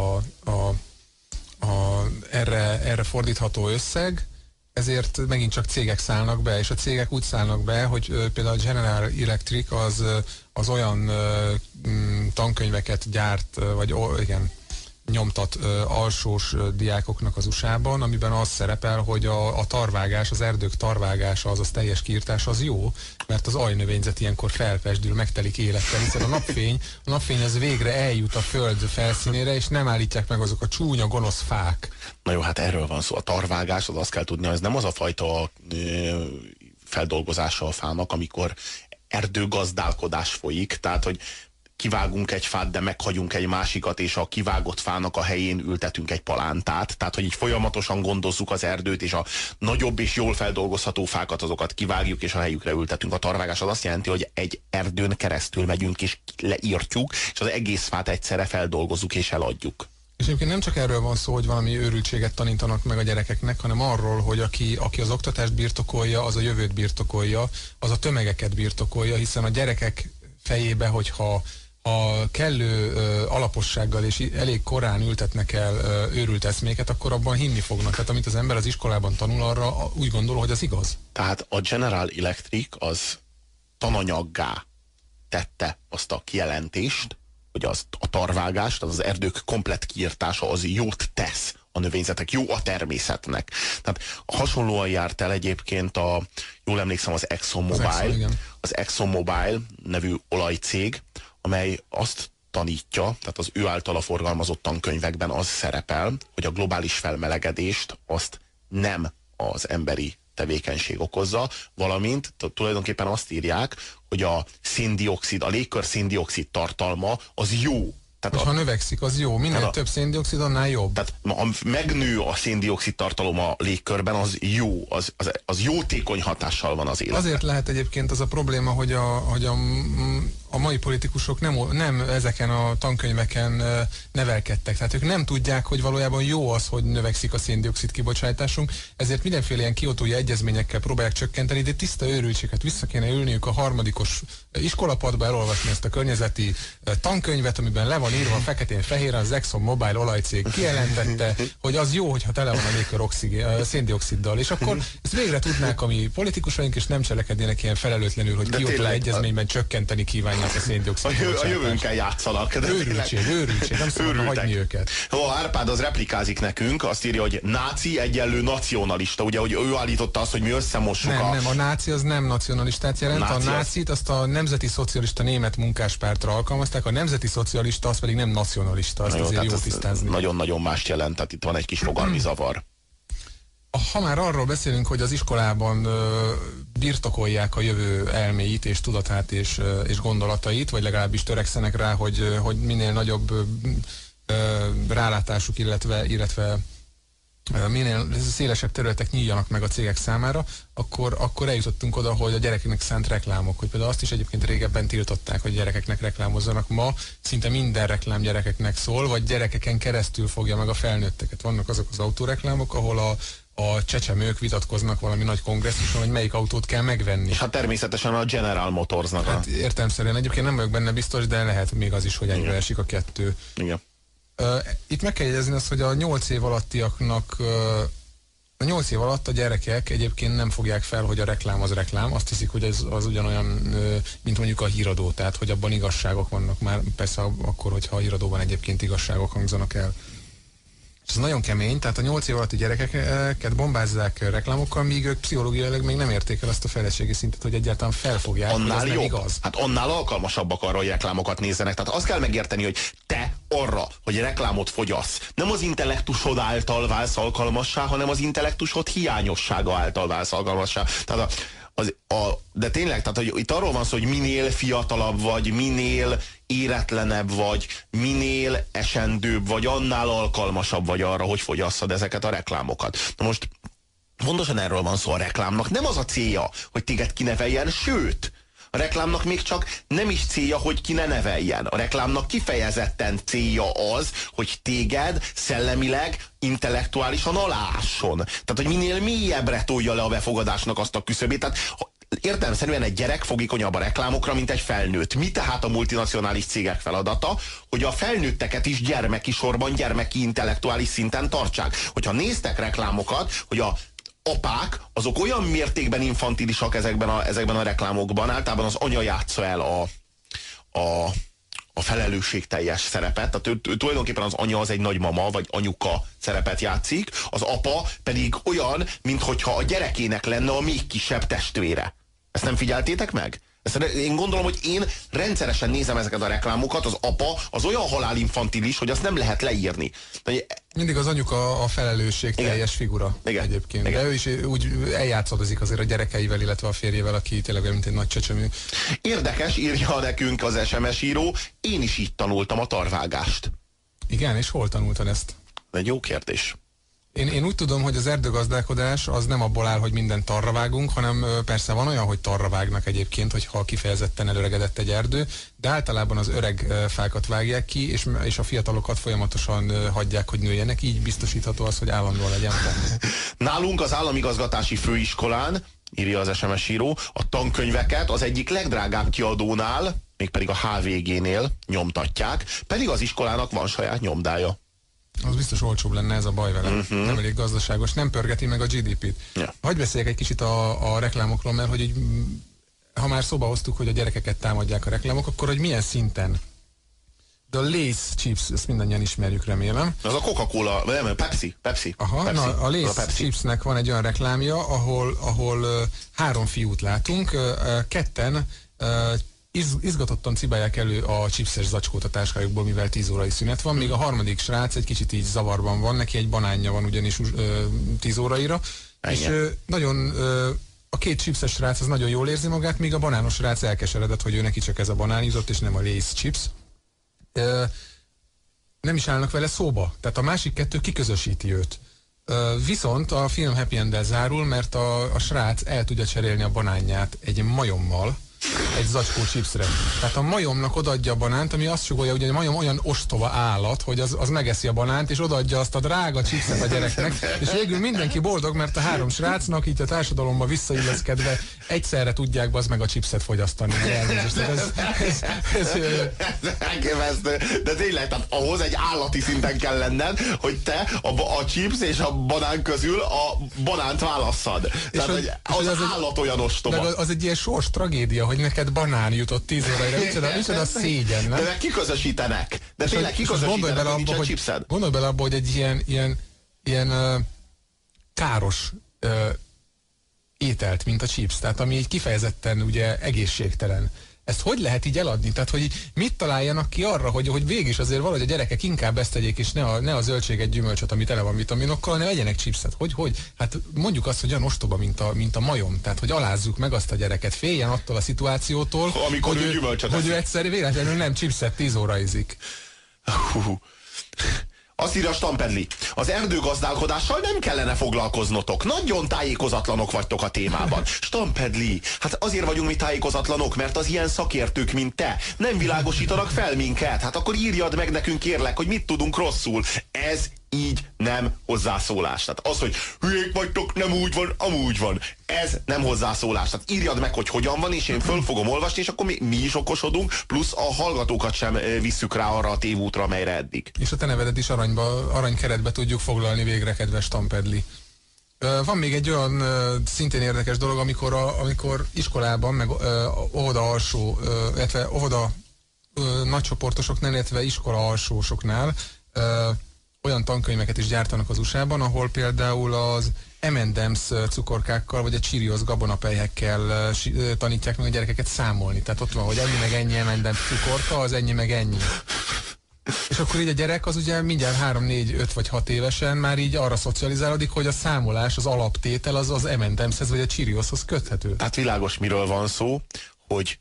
erre fordítható összeg, ezért megint csak cégek szállnak be, és a cégek úgy szállnak be, hogy például a General Electric az olyan tankönyveket gyárt, vagy igen, nyomtat alsós diákoknak az USA-ban, amiben az szerepel, hogy a tarvágás, az erdők tarvágása, azaz teljes kiirtása az jó, mert az ajnövényzet ilyenkor felpesdül, megtelik élettel, hiszen a napfény az végre eljut a föld felszínére, és nem állítják meg azok a csúnya, gonosz fák. Na jó, hát erről van szó. A tarvágás, az azt kell tudni, ez nem az a fajta feldolgozása a fának, amikor erdőgazdálkodás folyik, tehát hogy kivágunk egy fát, de meghagyunk egy másikat, és a kivágott fának a helyén ültetünk egy palántát. Tehát, hogy így folyamatosan gondozzuk az erdőt, és a nagyobb és jól feldolgozható fákat, azokat kivágjuk, és a helyükre ültetünk. A tarvágás az azt jelenti, hogy egy erdőn keresztül megyünk, és leírtjuk, és az egész fát egyszerre feldolgozzuk, és eladjuk. És egyébként nem csak erről van szó, hogy valami őrültséget tanítanak meg a gyerekeknek, hanem arról, hogy aki az oktatást birtokolja, az a jövőt birtokolja, az a tömegeket birtokolja, hiszen a gyerekek fejébe, hogyha kellő alapossággal és elég korán ültetnek el őrült eszméket, akkor abban hinni fognak. Tehát amit az ember az iskolában tanul, arra úgy gondol, hogy az igaz. Tehát a General Electric az tananyaggá tette azt a kijelentést, hogy a tarvágás, tehát az erdők komplett kiirtása az jót tesz a növényzetek, jó a természetnek. Tehát hasonlóan járt el egyébként jól emlékszem, az ExxonMobil nevű olajcég, amely azt tanítja, tehát az ő általa forgalmazott tankönyvekben az szerepel, hogy a globális felmelegedést azt nem az emberi tevékenység okozza, valamint tulajdonképpen azt írják, hogy a légkör széndioxid tartalma az jó. Tehát ha növekszik, az jó. Minél több széndioxid, annál jobb. Tehát ha megnő a széndioxid tartalom a légkörben, az jó, az jótékony hatással van az életre. Azért lehet egyébként az a probléma, hogy a mai politikusok nem ezeken a tankönyveken nevelkedtek. Tehát ők nem tudják, hogy valójában jó az, hogy növekszik a széndioxid kibocsátásunk, ezért mindenféle ilyen kiotói egyezményekkel próbálják csökkenteni, de tiszta őrültséget vissza kéne ülniük a harmadikos iskolapadba, elolvasni ezt a környezeti tankönyvet, amiben le van írva feketén-fehéren, az ExxonMobil olajcég kijelentette, hogy az jó, hogyha tele van a légkör széndioxiddal, és akkor ezt végre tudnák a mi politikusaink, és nem cselekednének ilyen felelőtlenül, hogy kiotói egyezményben csökkenteni kívánják a széndioxid kibocsátást. A jövőnkkel játszanak. Őrültség, nem szabad hagyni őket. Árpád az replikázik nekünk, azt írja, hogy náci egyenlő nacionalista, ugye, hogy ő állította azt, hogy mi összemossuk nem, a náci az nem nacionalistát jelent, a nácit azt a Nemzeti Szocialista Német Munkáspártra alkalmazták, a Nemzeti Szocialista az pedig nem nacionalista, azt azért jó tisztázni. Nagyon-nagyon mást jelent, tehát itt van egy kis fogalmi zavar. Ha már arról beszélünk, hogy az iskolában birtokolják a jövő elméit és tudatát és gondolatait, vagy legalábbis törekszenek rá, hogy minél nagyobb rálátásuk, illetve minél szélesebb területek nyíljanak meg a cégek számára, akkor eljutottunk oda, hogy a gyerekeknek szánt reklámok, hogy például azt is egyébként régebben tiltották, hogy gyerekeknek reklámozzanak. Ma szinte minden reklám gyerekeknek szól, vagy gyerekeken keresztül fogja meg a felnőtteket. Vannak azok az autóreklámok, ahol a csecsemők vitatkoznak valami nagy kongresszuson, hogy melyik autót kell megvenni. És hát természetesen a General Motorsnak. Hát értelemszerűen egyébként nem vagyok benne biztos, de lehet még az is, hogy egybe esik a kettő. Igen. Itt meg kell jegyezni azt, hogy a 8 év alattiaknak a 8 év alatt a gyerekek egyébként nem fogják fel, hogy a reklám az reklám. Azt hiszik, hogy ez az ugyanolyan, mint mondjuk a híradó, tehát hogy abban igazságok vannak már, persze akkor, hogyha a híradóban egyébként igazságok hangzanak el. És ez nagyon kemény, tehát a 8 év alatti gyerekeket bombázzák reklámokkal, míg ők pszichológiailag még nem érték el azt a fejlettségi szintet, hogy egyáltalán felfogják, annál hogy ez jobb. nem igaz. Hát annál alkalmasabbak arra, hogy reklámokat nézzenek. Tehát azt kell megérteni, hogy te arra, hogy reklámot fogyasz, nem az intellektusod által válsz alkalmassá, hanem az intellektusod hiányossága által válsz alkalmassá. Tehát de tényleg, tehát hogy itt arról van szó, hogy minél fiatalabb vagy, minél éretlenebb vagy, minél esendőbb vagy, annál alkalmasabb vagy arra, hogy fogyasszad ezeket a reklámokat. Na most pontosan erről van szó a reklámnak. Nem az a célja, hogy téged kineveljen, sőt, a reklámnak még csak nem is célja, hogy ki ne neveljen. A reklámnak kifejezetten célja az, hogy téged szellemileg, intellektuálisan alásson. Tehát, hogy minél mélyebbre tolja le a befogadásnak azt a küszöbét. Tehát értelemszerűen egy gyerek fogékonyabb a reklámokra, mint egy felnőtt. Mi tehát a multinacionális cégek feladata? Hogy a felnőtteket is gyermeki sorban, gyermeki intellektuális szinten tartsák. Hogyha néztek reklámokat, hogy a apák, azok olyan mértékben infantilisak ezekben a reklámokban, általában az anya játsza el a felelősségteljes szerepet, tehát ő tulajdonképpen az anya az egy nagymama, vagy anyuka szerepet játszik, az apa pedig olyan, minthogyha a gyerekének lenne a még kisebb testvére. Ezt nem figyeltétek meg? Én gondolom, hogy én rendszeresen nézem ezeket a reklámokat, az apa az olyan halálinfantilis, hogy azt nem lehet leírni. Mindig az anyuka a felelősség teljes figura egyébként. Igen. De ő is úgy eljátszadozik azért a gyerekeivel, illetve a férjével, aki tényleg mint egy nagy csecsemő. Érdekes, írja nekünk az SMS író, én is így tanultam a tarvágást. Igen, és hol tanultad ezt? Egy jó kérdés. Én úgy tudom, hogy az erdőgazdálkodás az nem abból áll, hogy mindent tarra vágunk, hanem persze van olyan, hogy tarra vágnak egyébként, hogyha kifejezetten előregedett egy erdő, de általában az öreg fákat vágják ki, és a fiatalokat folyamatosan hagyják, hogy nőjenek, így biztosítható az, hogy állandóan legyen. Nálunk az államigazgatási főiskolán, írja az SMS író, a tankönyveket az egyik legdrágább kiadónál, mégpedig a HVG-nél nyomtatják, pedig az iskolának van saját nyomdája. Az biztos olcsóbb lenne, ez a baj vele. Nem elég gazdaságos, nem pörgeti meg a GDP-t. Ja. Hagyj beszéljek egy kicsit a reklámokról, mert hogy így, ha már szóba hoztuk, hogy a gyerekeket támadják a reklámok, akkor hogy milyen szinten? The Lay's Chips, ezt mindannyian ismerjük, remélem. Az a Coca-Cola, nem, Pepsi. Aha, Pepsi. Na, a Lay's Chipsnek van egy olyan reklámja, ahol 3 fiút látunk, ketten izgatottan cibálják elő a chipses zacskót a táskájukból, mivel 10 órai szünet van, még a harmadik srác egy kicsit így zavarban van, neki egy banánja van ugyanis 10 óraira, és nagyon a 2 chipses srác az nagyon jól érzi magát, míg a banános srác elkeseredett, hogy ő neki csak ez a banán jutott, és nem a Lay's Chips. Nem is állnak vele szóba, tehát a másik 2 kiközösíti őt. Viszont a film happy end-del zárul, mert a srác el tudja cserélni a banánját egy majommal, egy zacskó chipsre. Tehát a majomnak odaadja a banánt, ami azt sugolja, hogy a majom olyan ostoba állat, hogy az megeszi a banánt, és odaadja azt a drága chipset a gyereknek, és végül mindenki boldog, mert a 3 srácnak így a társadalomba visszailleszkedve egyszerre tudják bazd meg a chipset fogyasztani. Ez elképesztő. De tényleg, tehát ahhoz egy állati szinten kell lenned, hogy te a chips és a banán közül a banánt válasszad. Tehát, hogy az állat olyan ostoba. Az egy ilyen sors tragédia, hogy neked banán jutott 10 óraira. Micsoda szégyen, nem? De meg kiközösítenek. De tényleg kiközösítenek, hogy nincs a chipsed. Gondolj bele abba, hogy egy ilyen káros ételt, mint a chips, tehát ami így kifejezetten ugye egészségtelen. Ezt hogy lehet így eladni? Tehát, hogy mit találjanak ki arra, hogy végig is azért valahogy a gyerekek inkább ezt tegyék, és ne a zöldséget, gyümölcsöt, ami tele van vitaminokkal, hanem vegyenek chipset. Hogy? Hát mondjuk azt, hogy olyan ostoba, mint a majom. Tehát, hogy alázzuk meg azt a gyereket, féljen attól a szituációtól, amikor hogy ő egyszerű véletlenül nem chipset 10 óraizik. Azt írja Stampedli, az erdőgazdálkodással nem kellene foglalkoznotok. Nagyon tájékozatlanok vagytok a témában. Stampedli, hát azért vagyunk mi tájékozatlanok, mert az ilyen szakértők, mint te, nem világosítanak fel minket. Hát akkor írjad meg nekünk, kérlek, hogy mit tudunk rosszul. Ez így nem hozzászólás. Tehát az, hogy hülyék vagytok, nem úgy van, amúgy van. Ez nem hozzászólás. Tehát írjad meg, hogy hogyan van, és én föl fogom olvasni, és akkor mi is okosodunk, plusz a hallgatókat sem visszük rá arra a tévútra, amelyre eddig. És a te nevedet is aranykeretbe tudjuk foglalni végre, kedves Stampedli. Van még egy olyan szintén érdekes dolog, amikor iskolában, meg óvoda alsó, illetve óvoda nagycsoportosoknál, illetve iskola alsósoknál olyan tankönyveket is gyártanak az USA-ban, ahol például az M&M's cukorkákkal, vagy a Cheerios gabonapelyhekkel tanítják meg a gyerekeket számolni. Tehát ott van, hogy ennyi meg ennyi M&M's cukorka, az ennyi meg ennyi. És akkor így a gyerek az ugye mindjárt 3, 4, 5 vagy 6 évesen már így arra szocializálódik, hogy a számolás, az alaptétel az M&M's-hez vagy a Cheerioshoz köthető. Tehát világos, miről van szó, hogy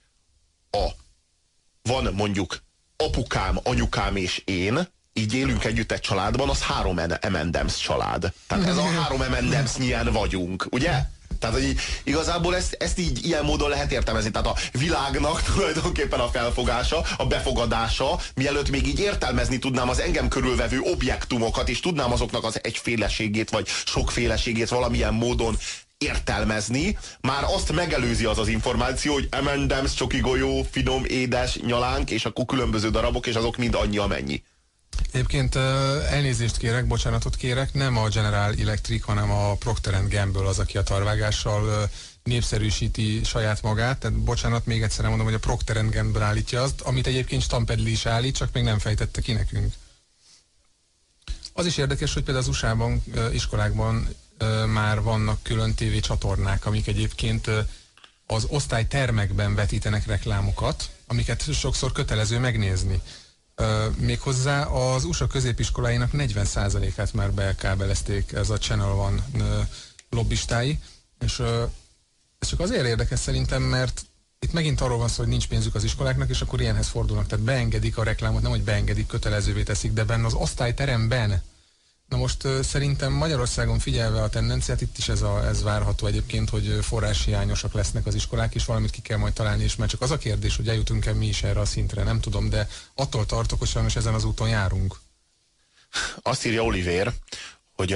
van mondjuk apukám, anyukám és én, így élünk együtt egy családban, az 3 M&M's család. Tehát ez a 3 M&M's-nyien vagyunk, ugye? Tehát, hogy igazából ezt így ilyen módon lehet értelmezni. Tehát a világnak tulajdonképpen a felfogása, a befogadása, mielőtt még így értelmezni tudnám az engem körülvevő objektumokat, és tudnám azoknak az egyféleségét, vagy sokféleségét valamilyen módon értelmezni, már azt megelőzi az információ, hogy M&M's, csoki golyó, finom, édes, nyalánk, és akkor különböző darabok, és azok mind annyi, amennyi. Egyébként elnézést kérek, bocsánatot kérek, nem a General Electric, hanem a Procter & Gamble az, aki a tarvágással népszerűsíti saját magát. Tehát bocsánat, még egyszer mondom, hogy a Procter & Gamble állítja azt, amit egyébként Stampedli is állít, csak még nem fejtette ki nekünk. Az is érdekes, hogy például az USA-ban, iskolákban már vannak külön tévécsatornák, amik egyébként az osztálytermekben vetítenek reklámokat, amiket sokszor kötelező megnézni. Méghozzá az USA középiskoláinak 40%-át már bekábelezték ez a Channel One lobbistái, és ez csak azért érdekes szerintem, mert itt megint arról van szó, hogy nincs pénzük az iskoláknak, és akkor ilyenhez fordulnak. Tehát beengedik a reklámot, nem hogy beengedik, kötelezővé teszik, de benne az osztályteremben. Na most szerintem Magyarországon figyelve a tendenciát, itt is ez várható egyébként, hogy forráshiányosak lesznek az iskolák, és valamit ki kell majd találni, és már csak az a kérdés, hogy eljutunk-e mi is erre a szintre, nem tudom, de attól tartok, hogy sajnos ezen az úton járunk. Azt írja Oliver, hogy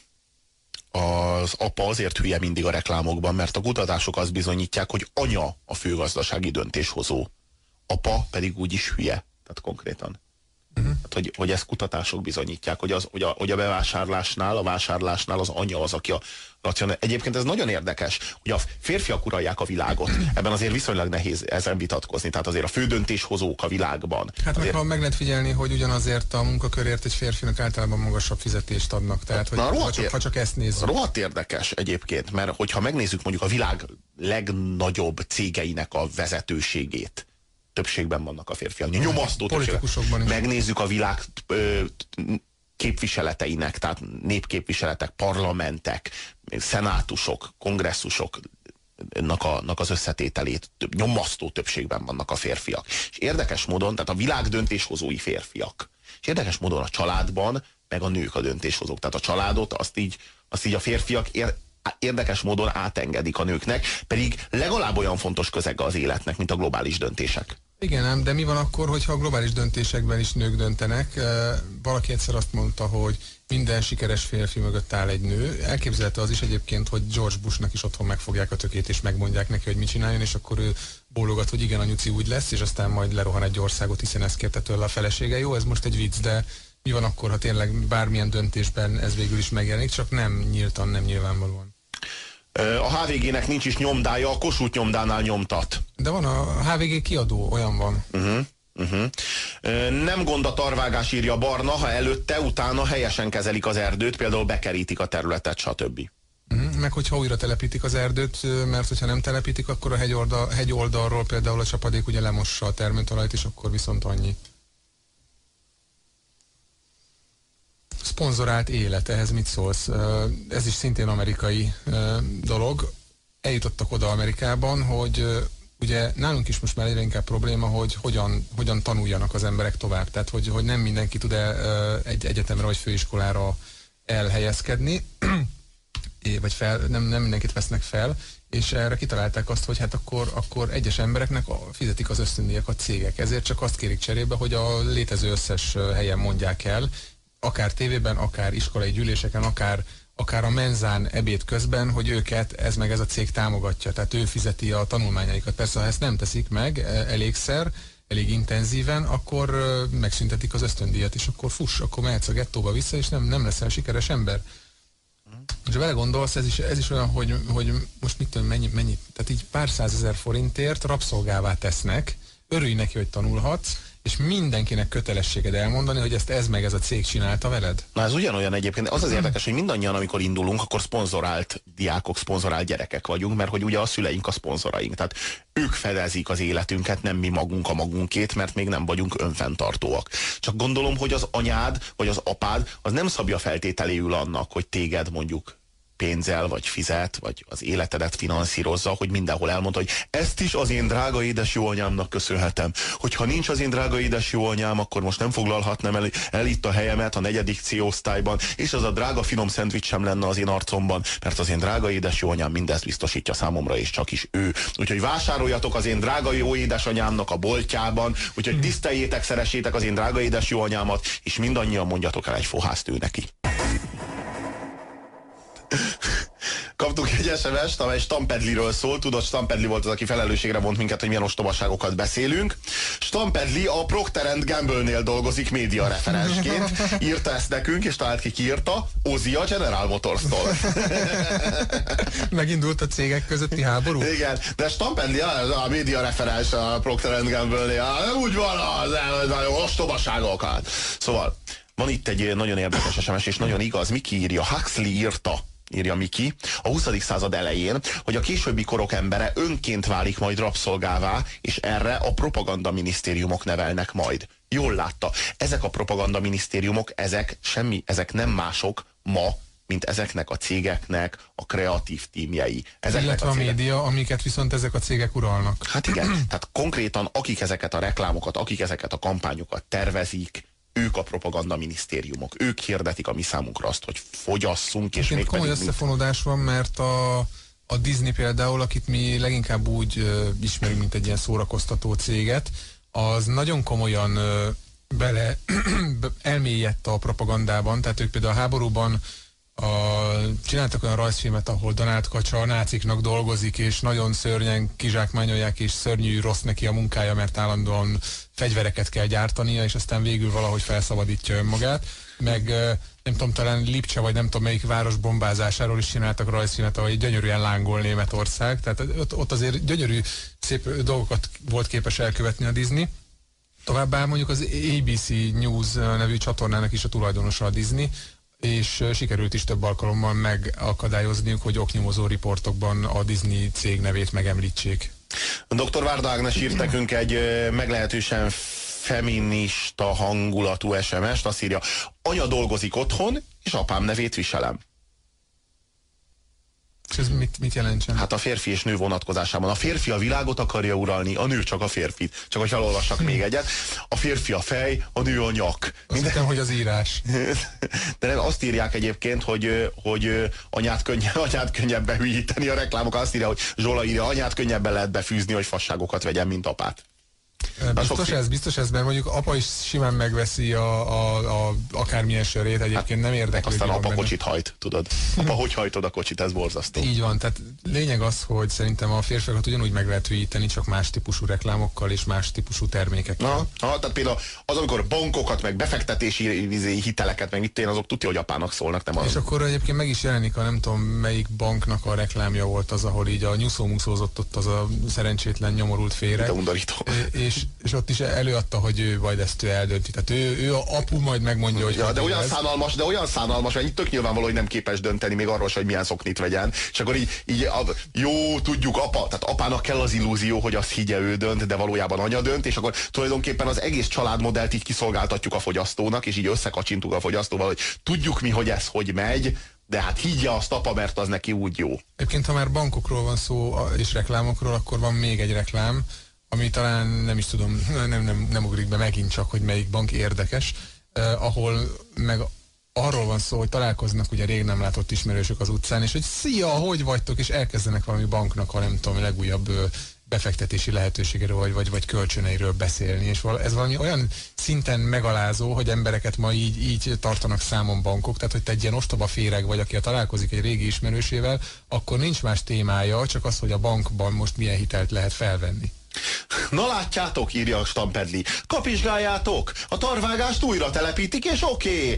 az apa azért hülye mindig a reklámokban, mert a kutatások azt bizonyítják, hogy anya a fő gazdasági döntéshozó. Apa pedig úgyis hülye. Tehát konkrétan. Hát, hogy ezt kutatások bizonyítják, hogy a bevásárlásnál, a vásárlásnál az anya az, aki a racionális. Egyébként ez nagyon érdekes, hogy a férfiak uralják a világot. Ebben azért viszonylag nehéz ezen vitatkozni. Tehát azért a fő döntéshozók a világban. Hát azért... meg lehet figyelni, hogy ugyanazért a munkakörért egy férfinak általában magasabb fizetést adnak. Tehát, hogy ha csak ezt nézzük. Rohadt érdekes egyébként, mert hogyha megnézzük mondjuk a világ legnagyobb cégeinek a vezetőségét, többségben vannak a férfiak. Nyomasztó többségben. Megnézzük a világ képviseleteinek, tehát népképviseletek, parlamentek, szenátusok, kongresszusoknak az összetételét nyomasztó többségben vannak a férfiak. És érdekes módon, tehát a világ döntéshozói férfiak. És érdekes módon a családban meg a nők a döntéshozók. Tehát a családot azt így a férfiak érdekes módon átengedik a nőknek, pedig legalább olyan fontos közege az életnek, mint a globális döntések. Igen, ám, de mi van akkor, hogyha a globális döntésekben is nők döntenek? Valaki egyszer azt mondta, hogy minden sikeres férfi mögött áll egy nő. Elképzelhető az is egyébként, hogy George Bushnak is otthon megfogják a tökét, és megmondják neki, hogy mit csináljon, és akkor ő bólogat, hogy igen, a nyuci úgy lesz, és aztán majd lerohan egy országot, hiszen ezt kérte tőle a felesége. Jó, ez most egy vicc, de mi van akkor, ha tényleg bármilyen döntésben ez végül is megjelenik, csak nem nyíltan, nem nyilvánvalóan. A HVG-nek nincs is nyomdája, a Kossuth nyomdánál nyomtat. De van, a HVG kiadó, olyan van. Nem gond a tarvágás, írja Barna, ha előtte, utána helyesen kezelik az erdőt, például bekerítik a területet, stb. Meg hogyha újra telepítik az erdőt, mert hogyha nem telepítik, akkor a hegyoldalról például a csapadék ugye lemossa a termőtalajt, és akkor viszont annyi. Szponzorált élet, ehhez mit szólsz? Ez is szintén amerikai dolog. Eljutottak oda Amerikában, hogy ugye nálunk is most már egyre inkább probléma, hogy hogyan tanuljanak az emberek tovább. Tehát, hogy nem mindenki tud egy egyetemre vagy főiskolára elhelyezkedni, vagy nem mindenkit vesznek fel, és erre kitalálták azt, hogy hát akkor egyes embereknek fizetik az ösztöndíjak a cégek. Ezért csak azt kérik cserébe, hogy a létező összes helyen mondják el, akár tévében, akár iskolai gyűléseken, akár a menzán ebéd közben, hogy őket ez a cég támogatja, tehát ő fizeti a tanulmányaikat. Persze, ha ezt nem teszik meg elégszer, elég intenzíven, akkor megszüntetik az ösztöndíjat, és akkor akkor mehetsz a gettóba vissza, és nem leszel sikeres ember. És ha vele gondolsz, ez is olyan, hogy most mit tudom, mennyit, tehát így pár százezer forintért rabszolgává tesznek, örülj neki, hogy tanulhatsz, és mindenkinek kötelességed elmondani, hogy ez a cég csinálta veled? Na ez ugyanolyan egyébként. Az az érdekes, hogy mindannyian, amikor indulunk, akkor szponzorált diákok, szponzorált gyerekek vagyunk, mert hogy ugye a szüleink a szponzoraink. Tehát ők fedezik az életünket, nem mi magunk a magunkét, mert még nem vagyunk önfenntartóak. Csak gondolom, hogy az anyád, vagy az apád, az nem szabja feltételéül annak, hogy téged mondjuk pénzzel, vagy fizet, vagy az életedet finanszírozza, hogy mindenhol elmondta, hogy ezt is az én drága édes jó anyámnak köszönhetem. Hogyha nincs az én drága édes jó anyám, akkor most nem foglalhatnám el itt a helyemet a 4. C osztályban, és az a drága finom szendvics sem lenne az én arcomban, mert az én drága édes jó anyám mindezt biztosítja számomra, és csak is ő. Úgyhogy vásároljatok az én drága jó édesanyámnak a boltjában, úgyhogy tiszteljétek, szeressétek az én drága édes jó anyámat, és mindannyian mondjatok el egy fohászt ő neki. Kaptunk egy SMS-t, amely Stampedliről szól. Tudod, Stampedli volt az, aki felelősségre vont minket, hogy milyen ostobaságokat beszélünk. Stampedli a Procter & Gamble-nél dolgozik média referensként. Írta ezt nekünk, és talált ki írta. Ozzy a General Motors-tól. Megindult a cégek közötti háború? Igen, de Stampedli a média referens a Procter & Gamble-nél. Úgy van, az ostobaságokat. Szóval van itt egy nagyon érdekes SMS, és nagyon igaz. Miki írja, Huxley írta, írja Miki, a 20. század elején, hogy a későbbi korok embere önként válik majd rabszolgává, és erre a propagandaminisztériumok nevelnek majd. Jól látta. Ezek a propagandaminisztériumok, ezek nem mások ma, mint ezeknek a cégeknek a kreatív tímjei. Illetve a média, amiket viszont ezek a cégek uralnak. Hát igen, tehát konkrétan akik ezeket a reklámokat, akik ezeket a kampányokat tervezik, ők a propagandaminisztériumok. Ők hirdetik a mi számunkra azt, hogy fogyasszunk, és még komoly összefonódás van, mert a Disney például, akit mi leginkább úgy ismerünk, mint egy ilyen szórakoztató céget, az nagyon komolyan elmélyedt a propagandában, tehát ők például a háborúban csináltak olyan rajzfilmet, ahol Donald Kacsa a náciknak dolgozik, és nagyon szörnyen kizsákmányolják, és szörnyű, rossz neki a munkája, mert állandóan fegyvereket kell gyártania, és aztán végül valahogy felszabadítja önmagát. Meg nem tudom, talán Lipcse, vagy nem tudom melyik város bombázásáról is csináltak rajzfilmet, ahogy gyönyörűen lángol Németország. Tehát ott azért gyönyörű, szép dolgokat volt képes elkövetni a Disney. Továbbá mondjuk az ABC News nevű csatornának is a tulajdonosa a Disney, és sikerült is több alkalommal megakadályozniuk, hogy oknyomozó riportokban a Disney cég nevét megemlítsék. Dr. Várda Ágnes írt nekünk egy meglehetősen feminista hangulatú SMS-t, azt írja: anya dolgozik otthon, és apám nevét viselem. És ez mit jelentsen? Hát a férfi és nő vonatkozásában. A férfi a világot akarja uralni, a nő csak a férfit. Csak hogy elolvassak még egyet. A férfi a fej, a nő a nyak. Azt hittem, hogy az írás. De nem, azt írják egyébként, hogy anyát könnyebb behűíteni a reklámokat. Azt írja, hogy Zsola írja, anyát könnyebben lehet befűzni, hogy fasságokat vegyen, mint apát. Biztos ez, mert mondjuk apa is simán megveszi a akármilyen sörét, egyébként nem érdekli. Aztán apa kocsit hajt, tudod. Apa, hogy hajtod a kocsit, ez borzasztó. Így van, tehát lényeg az, hogy szerintem a férfiakat ugyanúgy meg lehet hűíteni, csak más típusú reklámokkal és más típusú termékekkel. Tehát például az, amikor bankokat, meg befektetési hiteleket, meg mit én, azok tudja, hogy apának szólnak, nem az. És akkor egyébként meg is jelenik a nem tudom melyik banknak a reklámja volt az, ahol így a nyuszómuszózott ott az a szerencsétlen nyomorult féreg. És ott is előadta, hogy ő majd ezt eldönti. Tehát ő a apu majd megmondja, hogy... Ja, de olyan szánalmas, mert itt tök nyilvánvaló, hogy nem képes dönteni még arról, hogy milyen szoknit vegyen. És akkor jó, tudjuk, tehát apának kell az illúzió, hogy azt higgye, ő dönt, de valójában anya dönt, és akkor tulajdonképpen az egész családmodellt így kiszolgáltatjuk a fogyasztónak, és így összekacsintuk a fogyasztóval, hogy tudjuk mi, hogy ez hogy megy, de hát higgye azt apa, mert az neki úgy jó. Egyébként, ha már bankokról van szó és reklámokról, akkor van még egy reklám, ami talán nem is tudom, nem ugrik be megint csak, hogy melyik bank érdekes, ahol meg arról van szó, hogy találkoznak ugye rég nem látott ismerősök az utcán, és hogy szia, hogy vagytok, és elkezdenek valami banknak a nem tudom, legújabb befektetési lehetőségéről vagy kölcsöneiről beszélni, és ez valami olyan szinten megalázó, hogy embereket ma így tartanak számon bankok, tehát hogy te egy ilyen ostoba féreg vagy, aki találkozik egy régi ismerősével, akkor nincs más témája, csak az, hogy a bankban most milyen hitelt lehet felvenni. Na látjátok, írja a Stampedli, kapizsgáljátok, a tarvágást újra telepítik, és oké,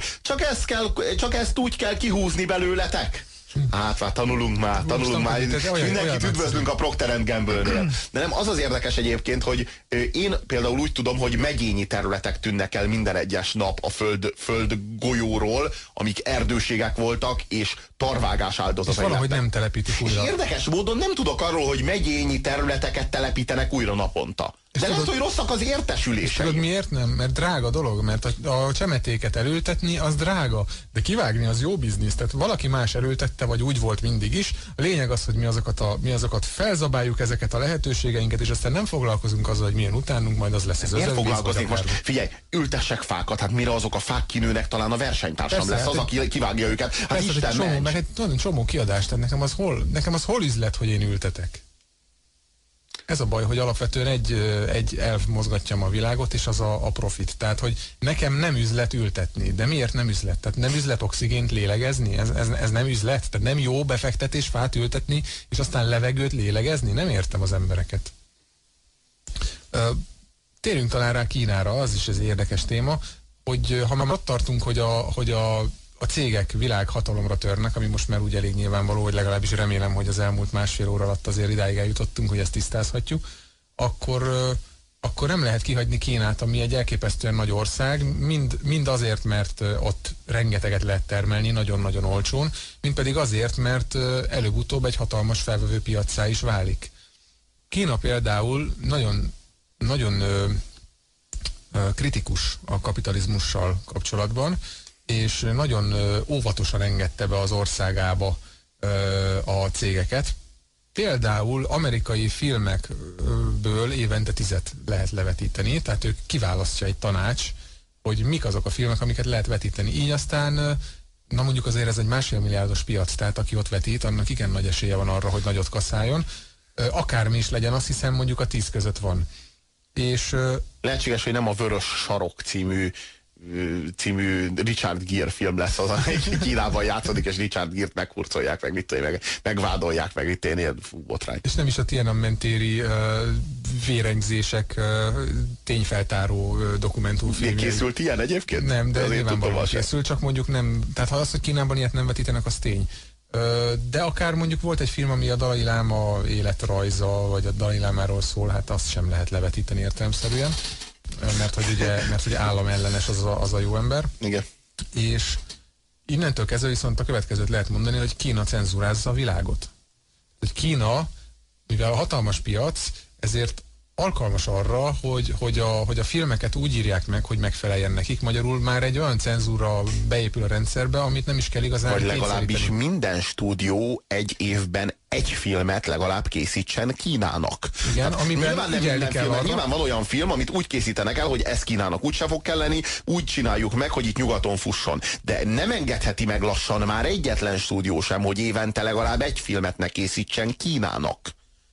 csak ezt úgy kell kihúzni belőletek. Hát tanulunk már. Mindenkit üdvözlünk a Procter & Gamble-nél. De nem, az érdekes egyébként, hogy én például úgy tudom, hogy megyényi területek tűnnek el minden egyes nap a föld golyóról, amik erdőségek voltak, és tarvágás áldozatai. És valahogy nem telepítik újra. És érdekes módon nem tudok arról, hogy megyényi területeket telepítenek újra naponta. De lehet, hogy rosszak az értesülései. Tudod miért nem? Mert drága dolog, mert a csemetéket elültetni az drága, de kivágni az jó biznisz. Tehát valaki más elültette, vagy úgy volt mindig is. A lényeg az, hogy mi azokat felzabáljuk, ezeket a lehetőségeinket, és aztán nem foglalkozunk azzal, hogy milyen utánunk, majd az lesz az miért foglalkozni most? Figyelj, ültessek fákat, hát mire azok a fák kinőnek, talán a versenytársam persze, lesz az, aki kivágja őket. Hát persze, Isten meg egy csomó kiadást, tehát nekem az hol üzlet, hogy én ültetek? Ez a baj, hogy alapvetően egy elv mozgatja a világot, és az a profit. Tehát, hogy nekem nem üzlet ültetni. De miért nem üzlet? Tehát nem üzlet oxigént lélegezni? Ez nem üzlet? Tehát nem jó befektetés fát ültetni, és aztán levegőt lélegezni? Nem értem az embereket. Térjünk talán rá Kínára, az is egy érdekes téma, hogy ha már ott tartunk, hogy a cégek világhatalomra törnek, ami most már úgy elég nyilvánvaló, hogy legalábbis remélem, hogy az elmúlt másfél óra alatt azért idáig eljutottunk, hogy ezt tisztázhatjuk, akkor akkor nem lehet kihagyni Kínát, ami egy elképesztően nagy ország, mind azért, mert ott rengeteget lehet termelni, nagyon-nagyon olcsón, mind pedig azért, mert előbb-utóbb egy hatalmas felvevő piaccá is válik. Kína például nagyon kritikus a kapitalizmussal kapcsolatban, és nagyon óvatosan engedte be az országába a cégeket. Például amerikai filmekből évente 10 lehet levetíteni, tehát ők kiválasztja egy tanács, hogy mik azok a filmek, amiket lehet vetíteni. Így aztán, na mondjuk azért ez egy 1,5 milliárdos piac, tehát aki ott vetít, annak igen nagy esélye van arra, hogy nagyot kaszáljon. Akármi is legyen, azt hiszem mondjuk a 10 között van. És lehetséges, hogy nem a Vörös Sarok című Richard Gere film lesz az, amelyik Kínában játszódik, és Richard Gere-t meghurcolják, megvádolják, meg itt ilyen botrány. És nem is a Tiananmen téri vérengzések tényfeltáró dokumentumfilm. Készült ilyen egyébként? Nem, de nyilvánvalóan készült, csak mondjuk nem, tehát ha az, hogy Kínában ilyet nem vetítenek, az tény. De akár mondjuk volt egy film, ami a Dalai Láma életrajza, vagy a Dalai Lámáról szól, hát azt sem lehet levetíteni értelemszerűen, mert hogy államellenes az a jó ember. Igen. És innentől kezdve viszont a következőt lehet mondani, hogy Kína cenzúrázza a világot. Hogy Kína, mivel a hatalmas piac, ezért alkalmas arra, hogy a filmeket úgy írják meg, hogy megfeleljen nekik. Magyarul már egy olyan cenzúra beépül a rendszerbe, amit nem is kell igazán vagy legalábbis minden stúdió egy évben egy filmet legalább készítsen Kínának. Igen, amiben nyilván van olyan film, amit úgy készítenek el, hogy ez Kínának úgyse fog kelleni, úgy csináljuk meg, hogy itt nyugaton fusson. De nem engedheti meg lassan már egyetlen stúdió sem, hogy évente legalább egy filmet ne készítsen Kínának.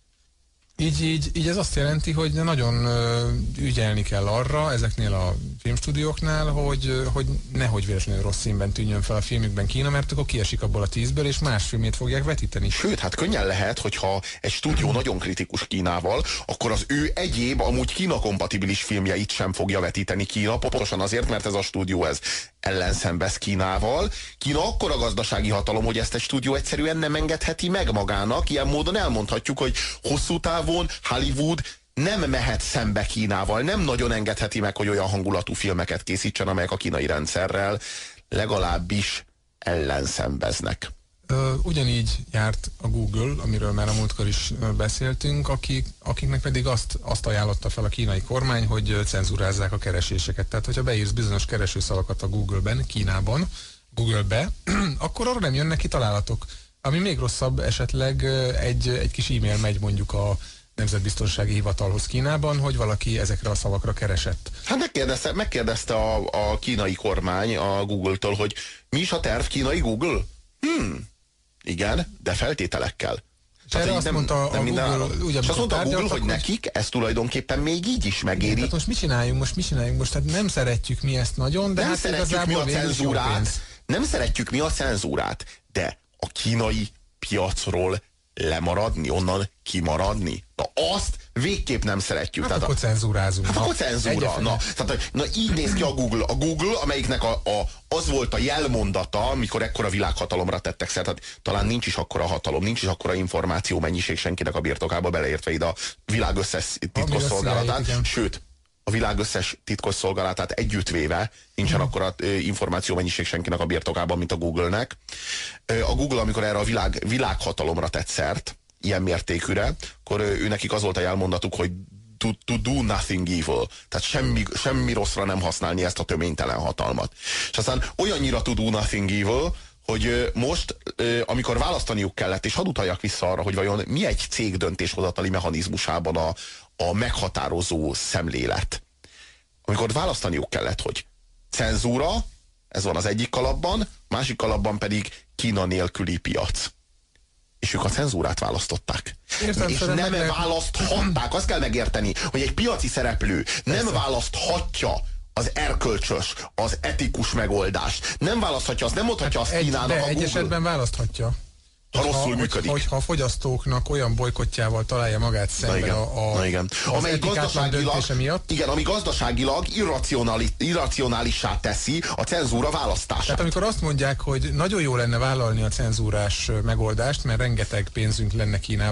Így ez azt jelenti, hogy nagyon ügyelni kell arra ezeknél a filmstúdióknál, hogy nehogy véletlenül rossz színben tűnjön fel a filmükben Kína, mert akkor kiesik abból a 10-ből, és más filmét fogják vetíteni. Sőt, hát könnyen lehet, hogyha egy stúdió nagyon kritikus Kínával, akkor az ő egyéb, amúgy Kína-kompatibilis filmjeit sem fogja vetíteni Kína, pontosan azért, mert ez a stúdió ellenszenvesz Kínával. Kína akkora gazdasági hatalom, hogy ezt egy stúdió egyszerűen nem engedheti meg magának. Ilyen módon elmondhatjuk, hogy hosszú távon Hollywood nem mehet szembe Kínával, nem nagyon engedheti meg, hogy olyan hangulatú filmeket készítsen, amelyek a kínai rendszerrel legalábbis ellenszenveznek. Ugyanígy járt a Google, amiről már a múltkor is beszéltünk, akiknek pedig azt ajánlotta fel a kínai kormány, hogy cenzúrázzák a kereséseket. Tehát, hogyha beírsz bizonyos keresőszavakat a Google-ben, Kínában, Google-be, akkor arra nem jönnek ki találatok. Ami még rosszabb, esetleg egy kis e-mail megy mondjuk a Nemzetbiztonsági Hivatalhoz Kínában, hogy valaki ezekre a szavakra keresett. Hát megkérdezte a kínai kormány a Google-től, hogy mi is a terv, kínai Google? Igen, de feltételekkel. És erre azt mondta a Google, és azt mondta a Google, hogy nekik ez tulajdonképpen még így is megéri. Tehát most mit csináljunk? Most hát nem szeretjük mi ezt nagyon, de nem hát szeretjük mi a cenzúrát. Nem szeretjük mi a cenzúrát, de a kínai piacról lemaradni, onnan kimaradni. Na azt végképp nem szeretjük. Hát akkor cenzúrázunk. Hát akkor cenzúra. Na így néz ki a Google. A Google, amelyiknek az volt a jelmondata, amikor ekkora világhatalomra tettek szert. Hát talán nincs is akkora hatalom, nincs is akkora információ mennyiség senkinek a birtokába, beleértve ide a világ összes titkosszolgálatát. Sőt, a világ összes titkosszolgálatát együttvéve nincsen akkora információ mennyiség senkinek a birtokában, mint a Google-nek. A Google, amikor erre a világhatalomra tett szert, ilyen mértékűre, akkor nekik az volt a jelmondatuk, hogy to do nothing evil. Tehát semmi rosszra nem használni ezt a töménytelen hatalmat. És aztán olyannyira to do nothing evil, hogy most, amikor választaniuk kellett, és hadd utaljak vissza arra, hogy vajon mi egy cég döntéshozatali mechanizmusában a meghatározó szemlélet. Amikor választaniuk kellett, hogy cenzúra, ez van az egyik kalapban, másik kalapban pedig Kína nélküli piac. És ők a cenzúrát választották. És nem választhatták, azt kell megérteni, hogy egy piaci szereplő nem választhatja az erkölcsös, az etikus megoldást. Nem választhatja, azt nem mondhatja azt Kínának a Google. Egy esetben választhatja. Ha rosszul működik. Hogyha a fogyasztóknak olyan bolykottjával találja magát szemben az etikátlan döntése miatt. Igen, ami gazdaságilag irracionálissá teszi a cenzúra választását. Tehát amikor azt mondják, hogy nagyon jó lenne vállalni a cenzúrás megoldást, mert rengeteg pénzünk lenne Kínából,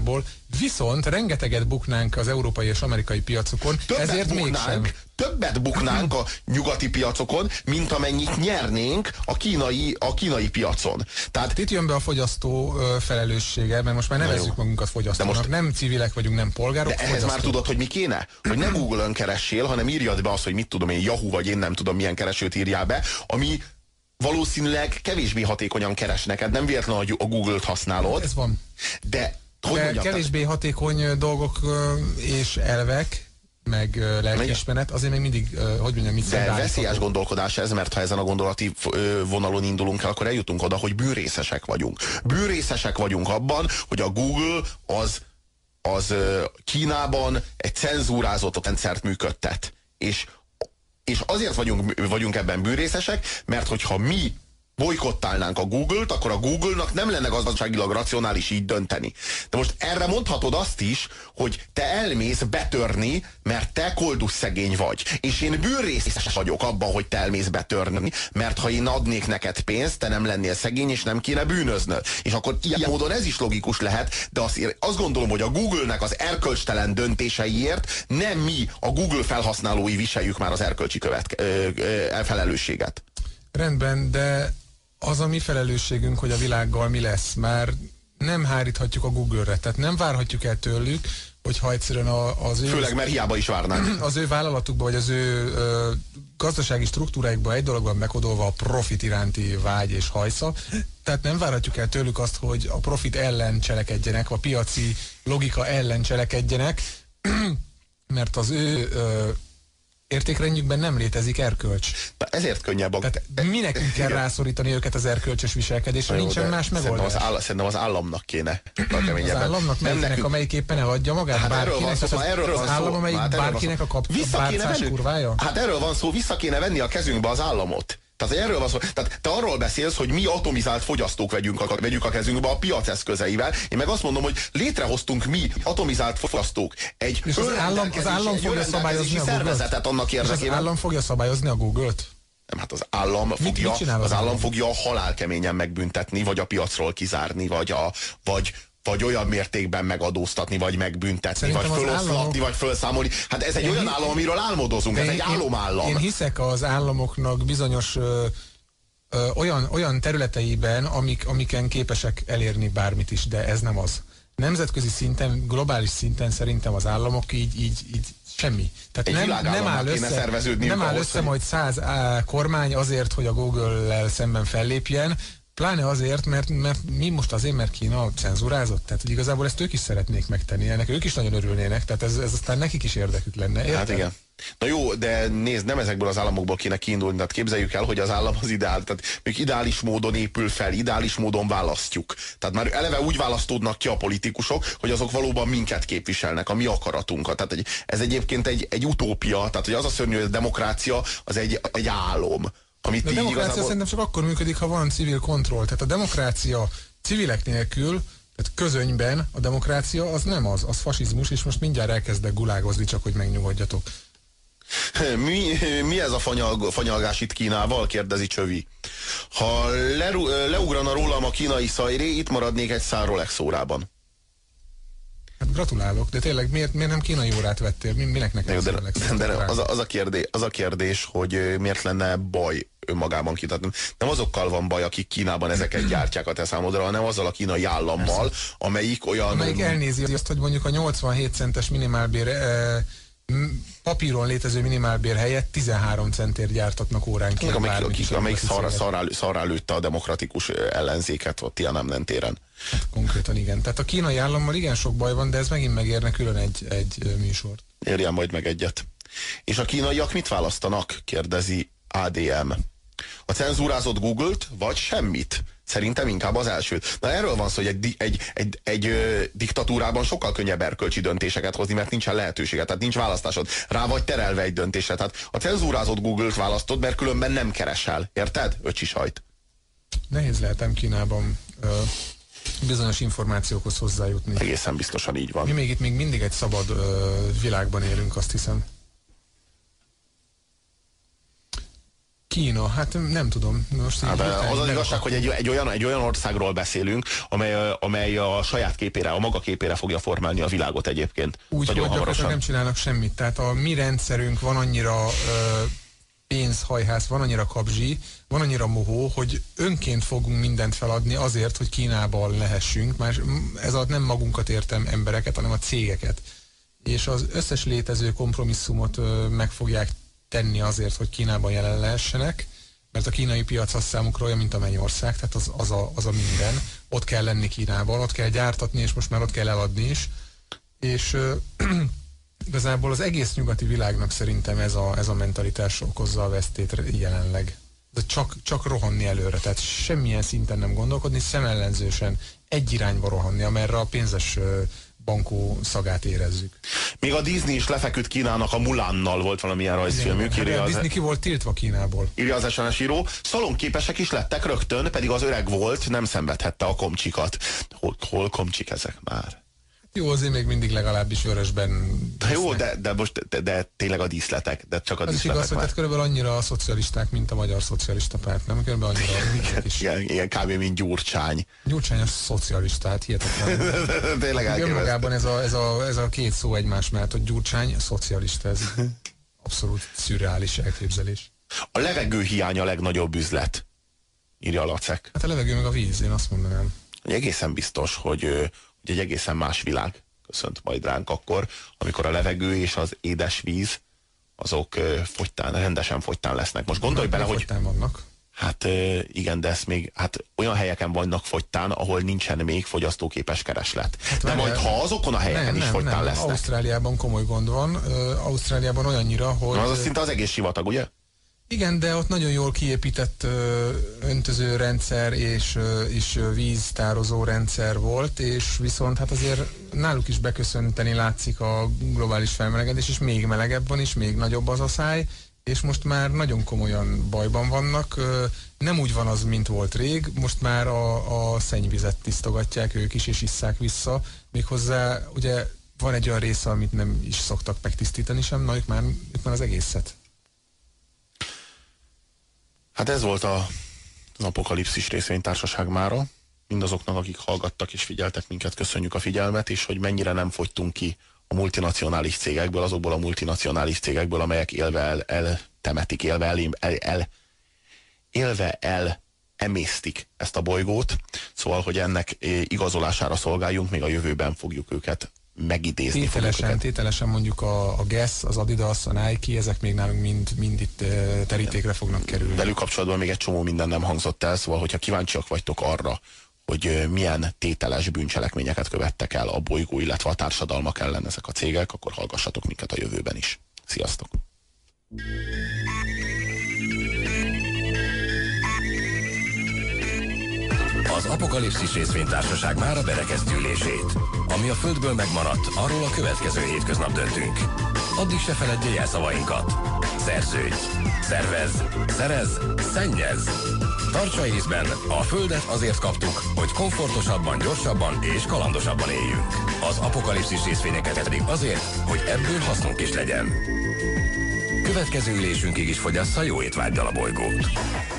Viszont rengeteget buknánk az európai és amerikai piacokon, ezért mégsem. Többet buknánk a nyugati piacokon, mint amennyit nyernénk a kínai piacon. Tehát itt jön be a fogyasztó felelőssége, mert most már nevezzük magunkat fogyasztónak. Most, nem civilek vagyunk, nem polgárok. De ehhez már tudod, hogy mi kéne? Hogy ne Google-ön keressél, hanem írjad be azt, hogy mit tudom én, Yahoo vagy én nem tudom milyen keresőt írjál be, ami valószínűleg kevésbé hatékonyan keres neked. Nem véletlenül, hogy a Google-t használod. Ez van. De kevésbé hatékony dolgok és elvek, meg lelkiismeret, azért még mindig, hogy mondjam, mit de veszélyes gondolkodás ez, mert ha ezen a gondolati vonalon indulunk el, akkor eljutunk oda, hogy bűnrészesek vagyunk. Bűnrészesek vagyunk abban, hogy a Google az Kínában egy cenzúrázott rendszert működtet. És azért vagyunk ebben bűnrészesek, mert hogyha mi bojkottálnánk a Google-t, akkor a Google-nak nem lenne gazdaságilag racionális így dönteni. De most erre mondhatod azt is, hogy te elmész betörni, mert te koldus szegény vagy. És én bűnrészes vagyok abban, hogy te elmész betörni, mert ha én adnék neked pénzt, te nem lennél szegény, és nem kéne bűnöznöd. És akkor ilyen módon ez is logikus lehet, de azt gondolom, hogy a Google-nek az erkölcstelen döntéseiért nem mi, a Google felhasználói viseljük már az erkölcsi felelősséget. Rendben, de az a mi felelősségünk, hogy a világgal mi lesz, már nem háríthatjuk a Google-re, tehát nem várhatjuk el tőlük, hogyha egyszerűen az ő... Főleg, mert hiába is várnánk. Az ő vállalatukba, vagy az ő gazdasági struktúráikba egy dologban megkodolva a profit iránti vágy és hajsza, tehát nem várhatjuk el tőlük azt, hogy a profit ellen cselekedjenek, a piaci logika ellen cselekedjenek, mert az ő értékrendjükben nem létezik erkölcs. De ezért könnyebb a... Tehát mi nekünk kell rászorítani őket az erkölcsös viselkedésre, nincsen más megoldás. Szerintem az államnak kéne. Az államnak, melyiknek, amelyik éppen eladja magát hát bárkinek, az állam, amelyik bárkinek a bárcás kurvája? Hát erről van szó, vissza kéne venni a kezünkbe az államot. Tehát erről van szó. Tehát te arról beszélsz, hogy mi atomizált fogyasztók vegyük a kezünkbe a piac eszközeivel. Én meg azt mondom, hogy létrehoztunk mi atomizált fogyasztók egy állam fogja szabályozni a szervezetet annak érdekében. És az állam fogja szabályozni a Google-t? Nem, hát az állam fogja halálkeményen megbüntetni, vagy a piacról kizárni, vagy olyan mértékben megadóztatni, vagy megbüntetni, szerintem vagy föloszlatni, vagy felszámolni. Hát ez egy olyan állam, amiről álmodozunk, ez egy álomállam. Én hiszek az államoknak bizonyos olyan területeiben, amiken képesek elérni bármit is, de ez nem az. Nemzetközi szinten, globális szinten szerintem az államok így semmi. Tehát nem áll össze majd 100 kormány azért, hogy a Google-lel szemben fellépjen, pláne azért, mert mert Kína cenzúrázott. Tehát, hogy igazából ezt ők is szeretnék megtenni. Ennek ők is nagyon örülnének, tehát ez aztán nekik is érdekük lenne. Érted? Hát igen. Na jó, de nézd, nem ezekből az államokból kéne kiindulni, tehát képzeljük el, hogy az állam az ideál, tehát még ideális módon épül fel, ideális módon választjuk. Tehát már eleve úgy választódnak ki a politikusok, hogy azok valóban minket képviselnek, a mi akaratunkat. Tehát ez egyébként egy utópia, tehát hogy az a szörnyű, hogy a demokrácia az egy álom. A demokrácia szerintem csak akkor működik, ha van civil kontroll. Tehát a demokrácia civilek nélkül, tehát közönyben a demokrácia az nem az fasizmus, és most mindjárt elkezdek gulágozni, csak hogy megnyugodjatok. Mi ez a fanyalgás itt Kínával? Kérdezi Csövi. Ha leugrana rólam a kínai szajré, itt maradnék egy szál Rolex órában. Hát gratulálok, de tényleg miért nem kínai órát vettél? Minek neked az a kérdés, hogy miért lenne baj önmagában kitatni. Nem azokkal van baj, akik Kínában ezeket gyártják a te számodra, hanem azzal a kínai állammal, amelyik elnézi azt, hogy mondjuk a 87 centes minimálbér papíron létező minimálbér helyett 13 centért gyártatnak óránként. Amelyik szarrá lőtte a demokratikus ellenzéket ott Tiananmen téren. Hát konkrétan igen. Tehát a kínai állammal igen sok baj van, de ez megint megérne külön egy műsort. Érjen majd meg egyet. És a kínaiak mit választanak? Kérdezi ADM. A cenzúrázott Google-t, vagy semmit? Szerintem inkább az elsőt. Na erről van szó, hogy egy diktatúrában sokkal könnyebb erkölcsi döntéseket hozni, mert nincsen lehetőséget, tehát nincs választásod. Rá vagy terelve egy döntésre. Tehát a cenzúrázott Google-t választod, mert különben nem keresel. Érted? Öcsi sajt. Nehéz lehetem Kínában bizonyos információkhoz hozzájutni. Egészen biztosan így van. Mi még itt még mindig egy szabad világban élünk, azt hiszem. Kína, hát nem tudom. Most Hát az az igazság, hogy egy olyan országról beszélünk, amely a saját képére, a maga képére fogja formálni a világot egyébként. Úgy, hogy gyakorlatilag nem csinálnak semmit. Tehát a mi rendszerünk van annyira pénzhajhász, van annyira kapzsi, van annyira mohó, hogy önként fogunk mindent feladni azért, hogy Kínában lehessünk. Már ez alatt nem magunkat értem embereket, hanem a cégeket. És az összes létező kompromisszumot meg fogják tenni azért, hogy Kínában jelen lehessenek, mert a kínai piac az számukra olyan, mint a mennyország, tehát az a minden. Ott kell lenni Kínában, ott kell gyártatni, és most már ott kell eladni is. És igazából az egész nyugati világnak szerintem ez a mentalitás okozza a vesztét jelenleg. De csak rohanni előre, tehát semmilyen szinten nem gondolkodni, szemellenzősen egy irányba rohanni, amerre a pénzes bankó szagát érezzük. Még a Disney is lefeküdt Kínának a Mulánnal, volt valamilyen rajzfilmük. A Disney ki volt tiltva Kínából. Írja az SMS író. Szalonképesek is lettek rögtön, pedig az öreg volt, nem szenvedhette a komcsikat. Hol komcsik ezek már? Jó, azért még mindig legalábbis vörösben. Jó, de tényleg a díszletek, de csak a az díszletek. Az igaz, hogy tehát körülbelül annyira a szocialisták, mint a Magyar Szocialista Párt, nem? Körülbelül annyira is. Igen, kb. Mint Gyurcsány. Gyurcsány a szocialista, hát hihetetlen. Tényleg elképesztő. Önmagában ez a két szó egymás mellett, hogy Gyurcsány a szocialista, ez abszolút szürreális elképzelés. A levegő hiány a legnagyobb üzlet, írja Lacek. Hát a levegő meg a víz, én azt mondanám. Egészen biztos, hogy egy egészen más világ köszönt majd ránk akkor, amikor a levegő és az édes víz azok rendesen fogytán lesznek. Most gondolj bele, hogy... Fogytán vannak. Hát igen, de ezt még olyan helyeken vannak fogytán, ahol nincsen még fogyasztóképes kereslet. Hát de majd ha azokon a helyeken is fogytán lesznek. Ausztráliában komoly gond van. Ausztráliában olyannyira, hogy... Az szinte az egész sivatag, ugye? Igen, de ott nagyon jól kiépített öntözőrendszer és víztározó rendszer volt, és viszont hát azért náluk is beköszönteni látszik a globális felmelegedés, és még melegebb van, és még nagyobb az a száj, és most már nagyon komolyan bajban vannak. Nem úgy van az, mint volt rég, most már a szennyvizet tisztogatják ők is, és isszák vissza. Méghozzá ugye van egy olyan része, amit nem is szoktak megtisztítani sem, na ők már az egészet. Hát ez volt az Apokalipszis részvénytársaság mára. Mindazoknak, akik hallgattak és figyeltek minket, köszönjük a figyelmet, és hogy mennyire nem fogytunk ki a multinacionális cégekből, azokból a multinacionális cégekből, amelyek élve eltemetik, élve emésztik ezt a bolygót. Szóval, hogy ennek igazolására szolgáljunk, még a jövőben fogjuk őket megidézni. Tételesen mondjuk a Guess, az Adidas, a Nike, ezek még nálunk mind itt terítékre fognak kerülni. Velük kapcsolatban még egy csomó minden nem hangzott el, szóval hogyha kíváncsiak vagytok arra, hogy milyen tételes bűncselekményeket követtek el a bolygó, illetve a társadalmak ellen ezek a cégek, akkor hallgassatok minket a jövőben is. Sziasztok! Az Apokalipszis részvénytársaság mára berekezti ülését. Ami a Földből megmaradt, arról a következő hétköznap döntünk. Addig se feledjél el szavainkat. Szerződj, szervezz, szerezz, szennyezz. Tartsa észben, a Földet azért kaptuk, hogy komfortosabban, gyorsabban és kalandosabban éljünk. Az Apokalipszis részvényeket pedig azért, hogy ebből hasznunk is legyen. Következő ülésünkig is fogyassza jó étvággyal a bolygót.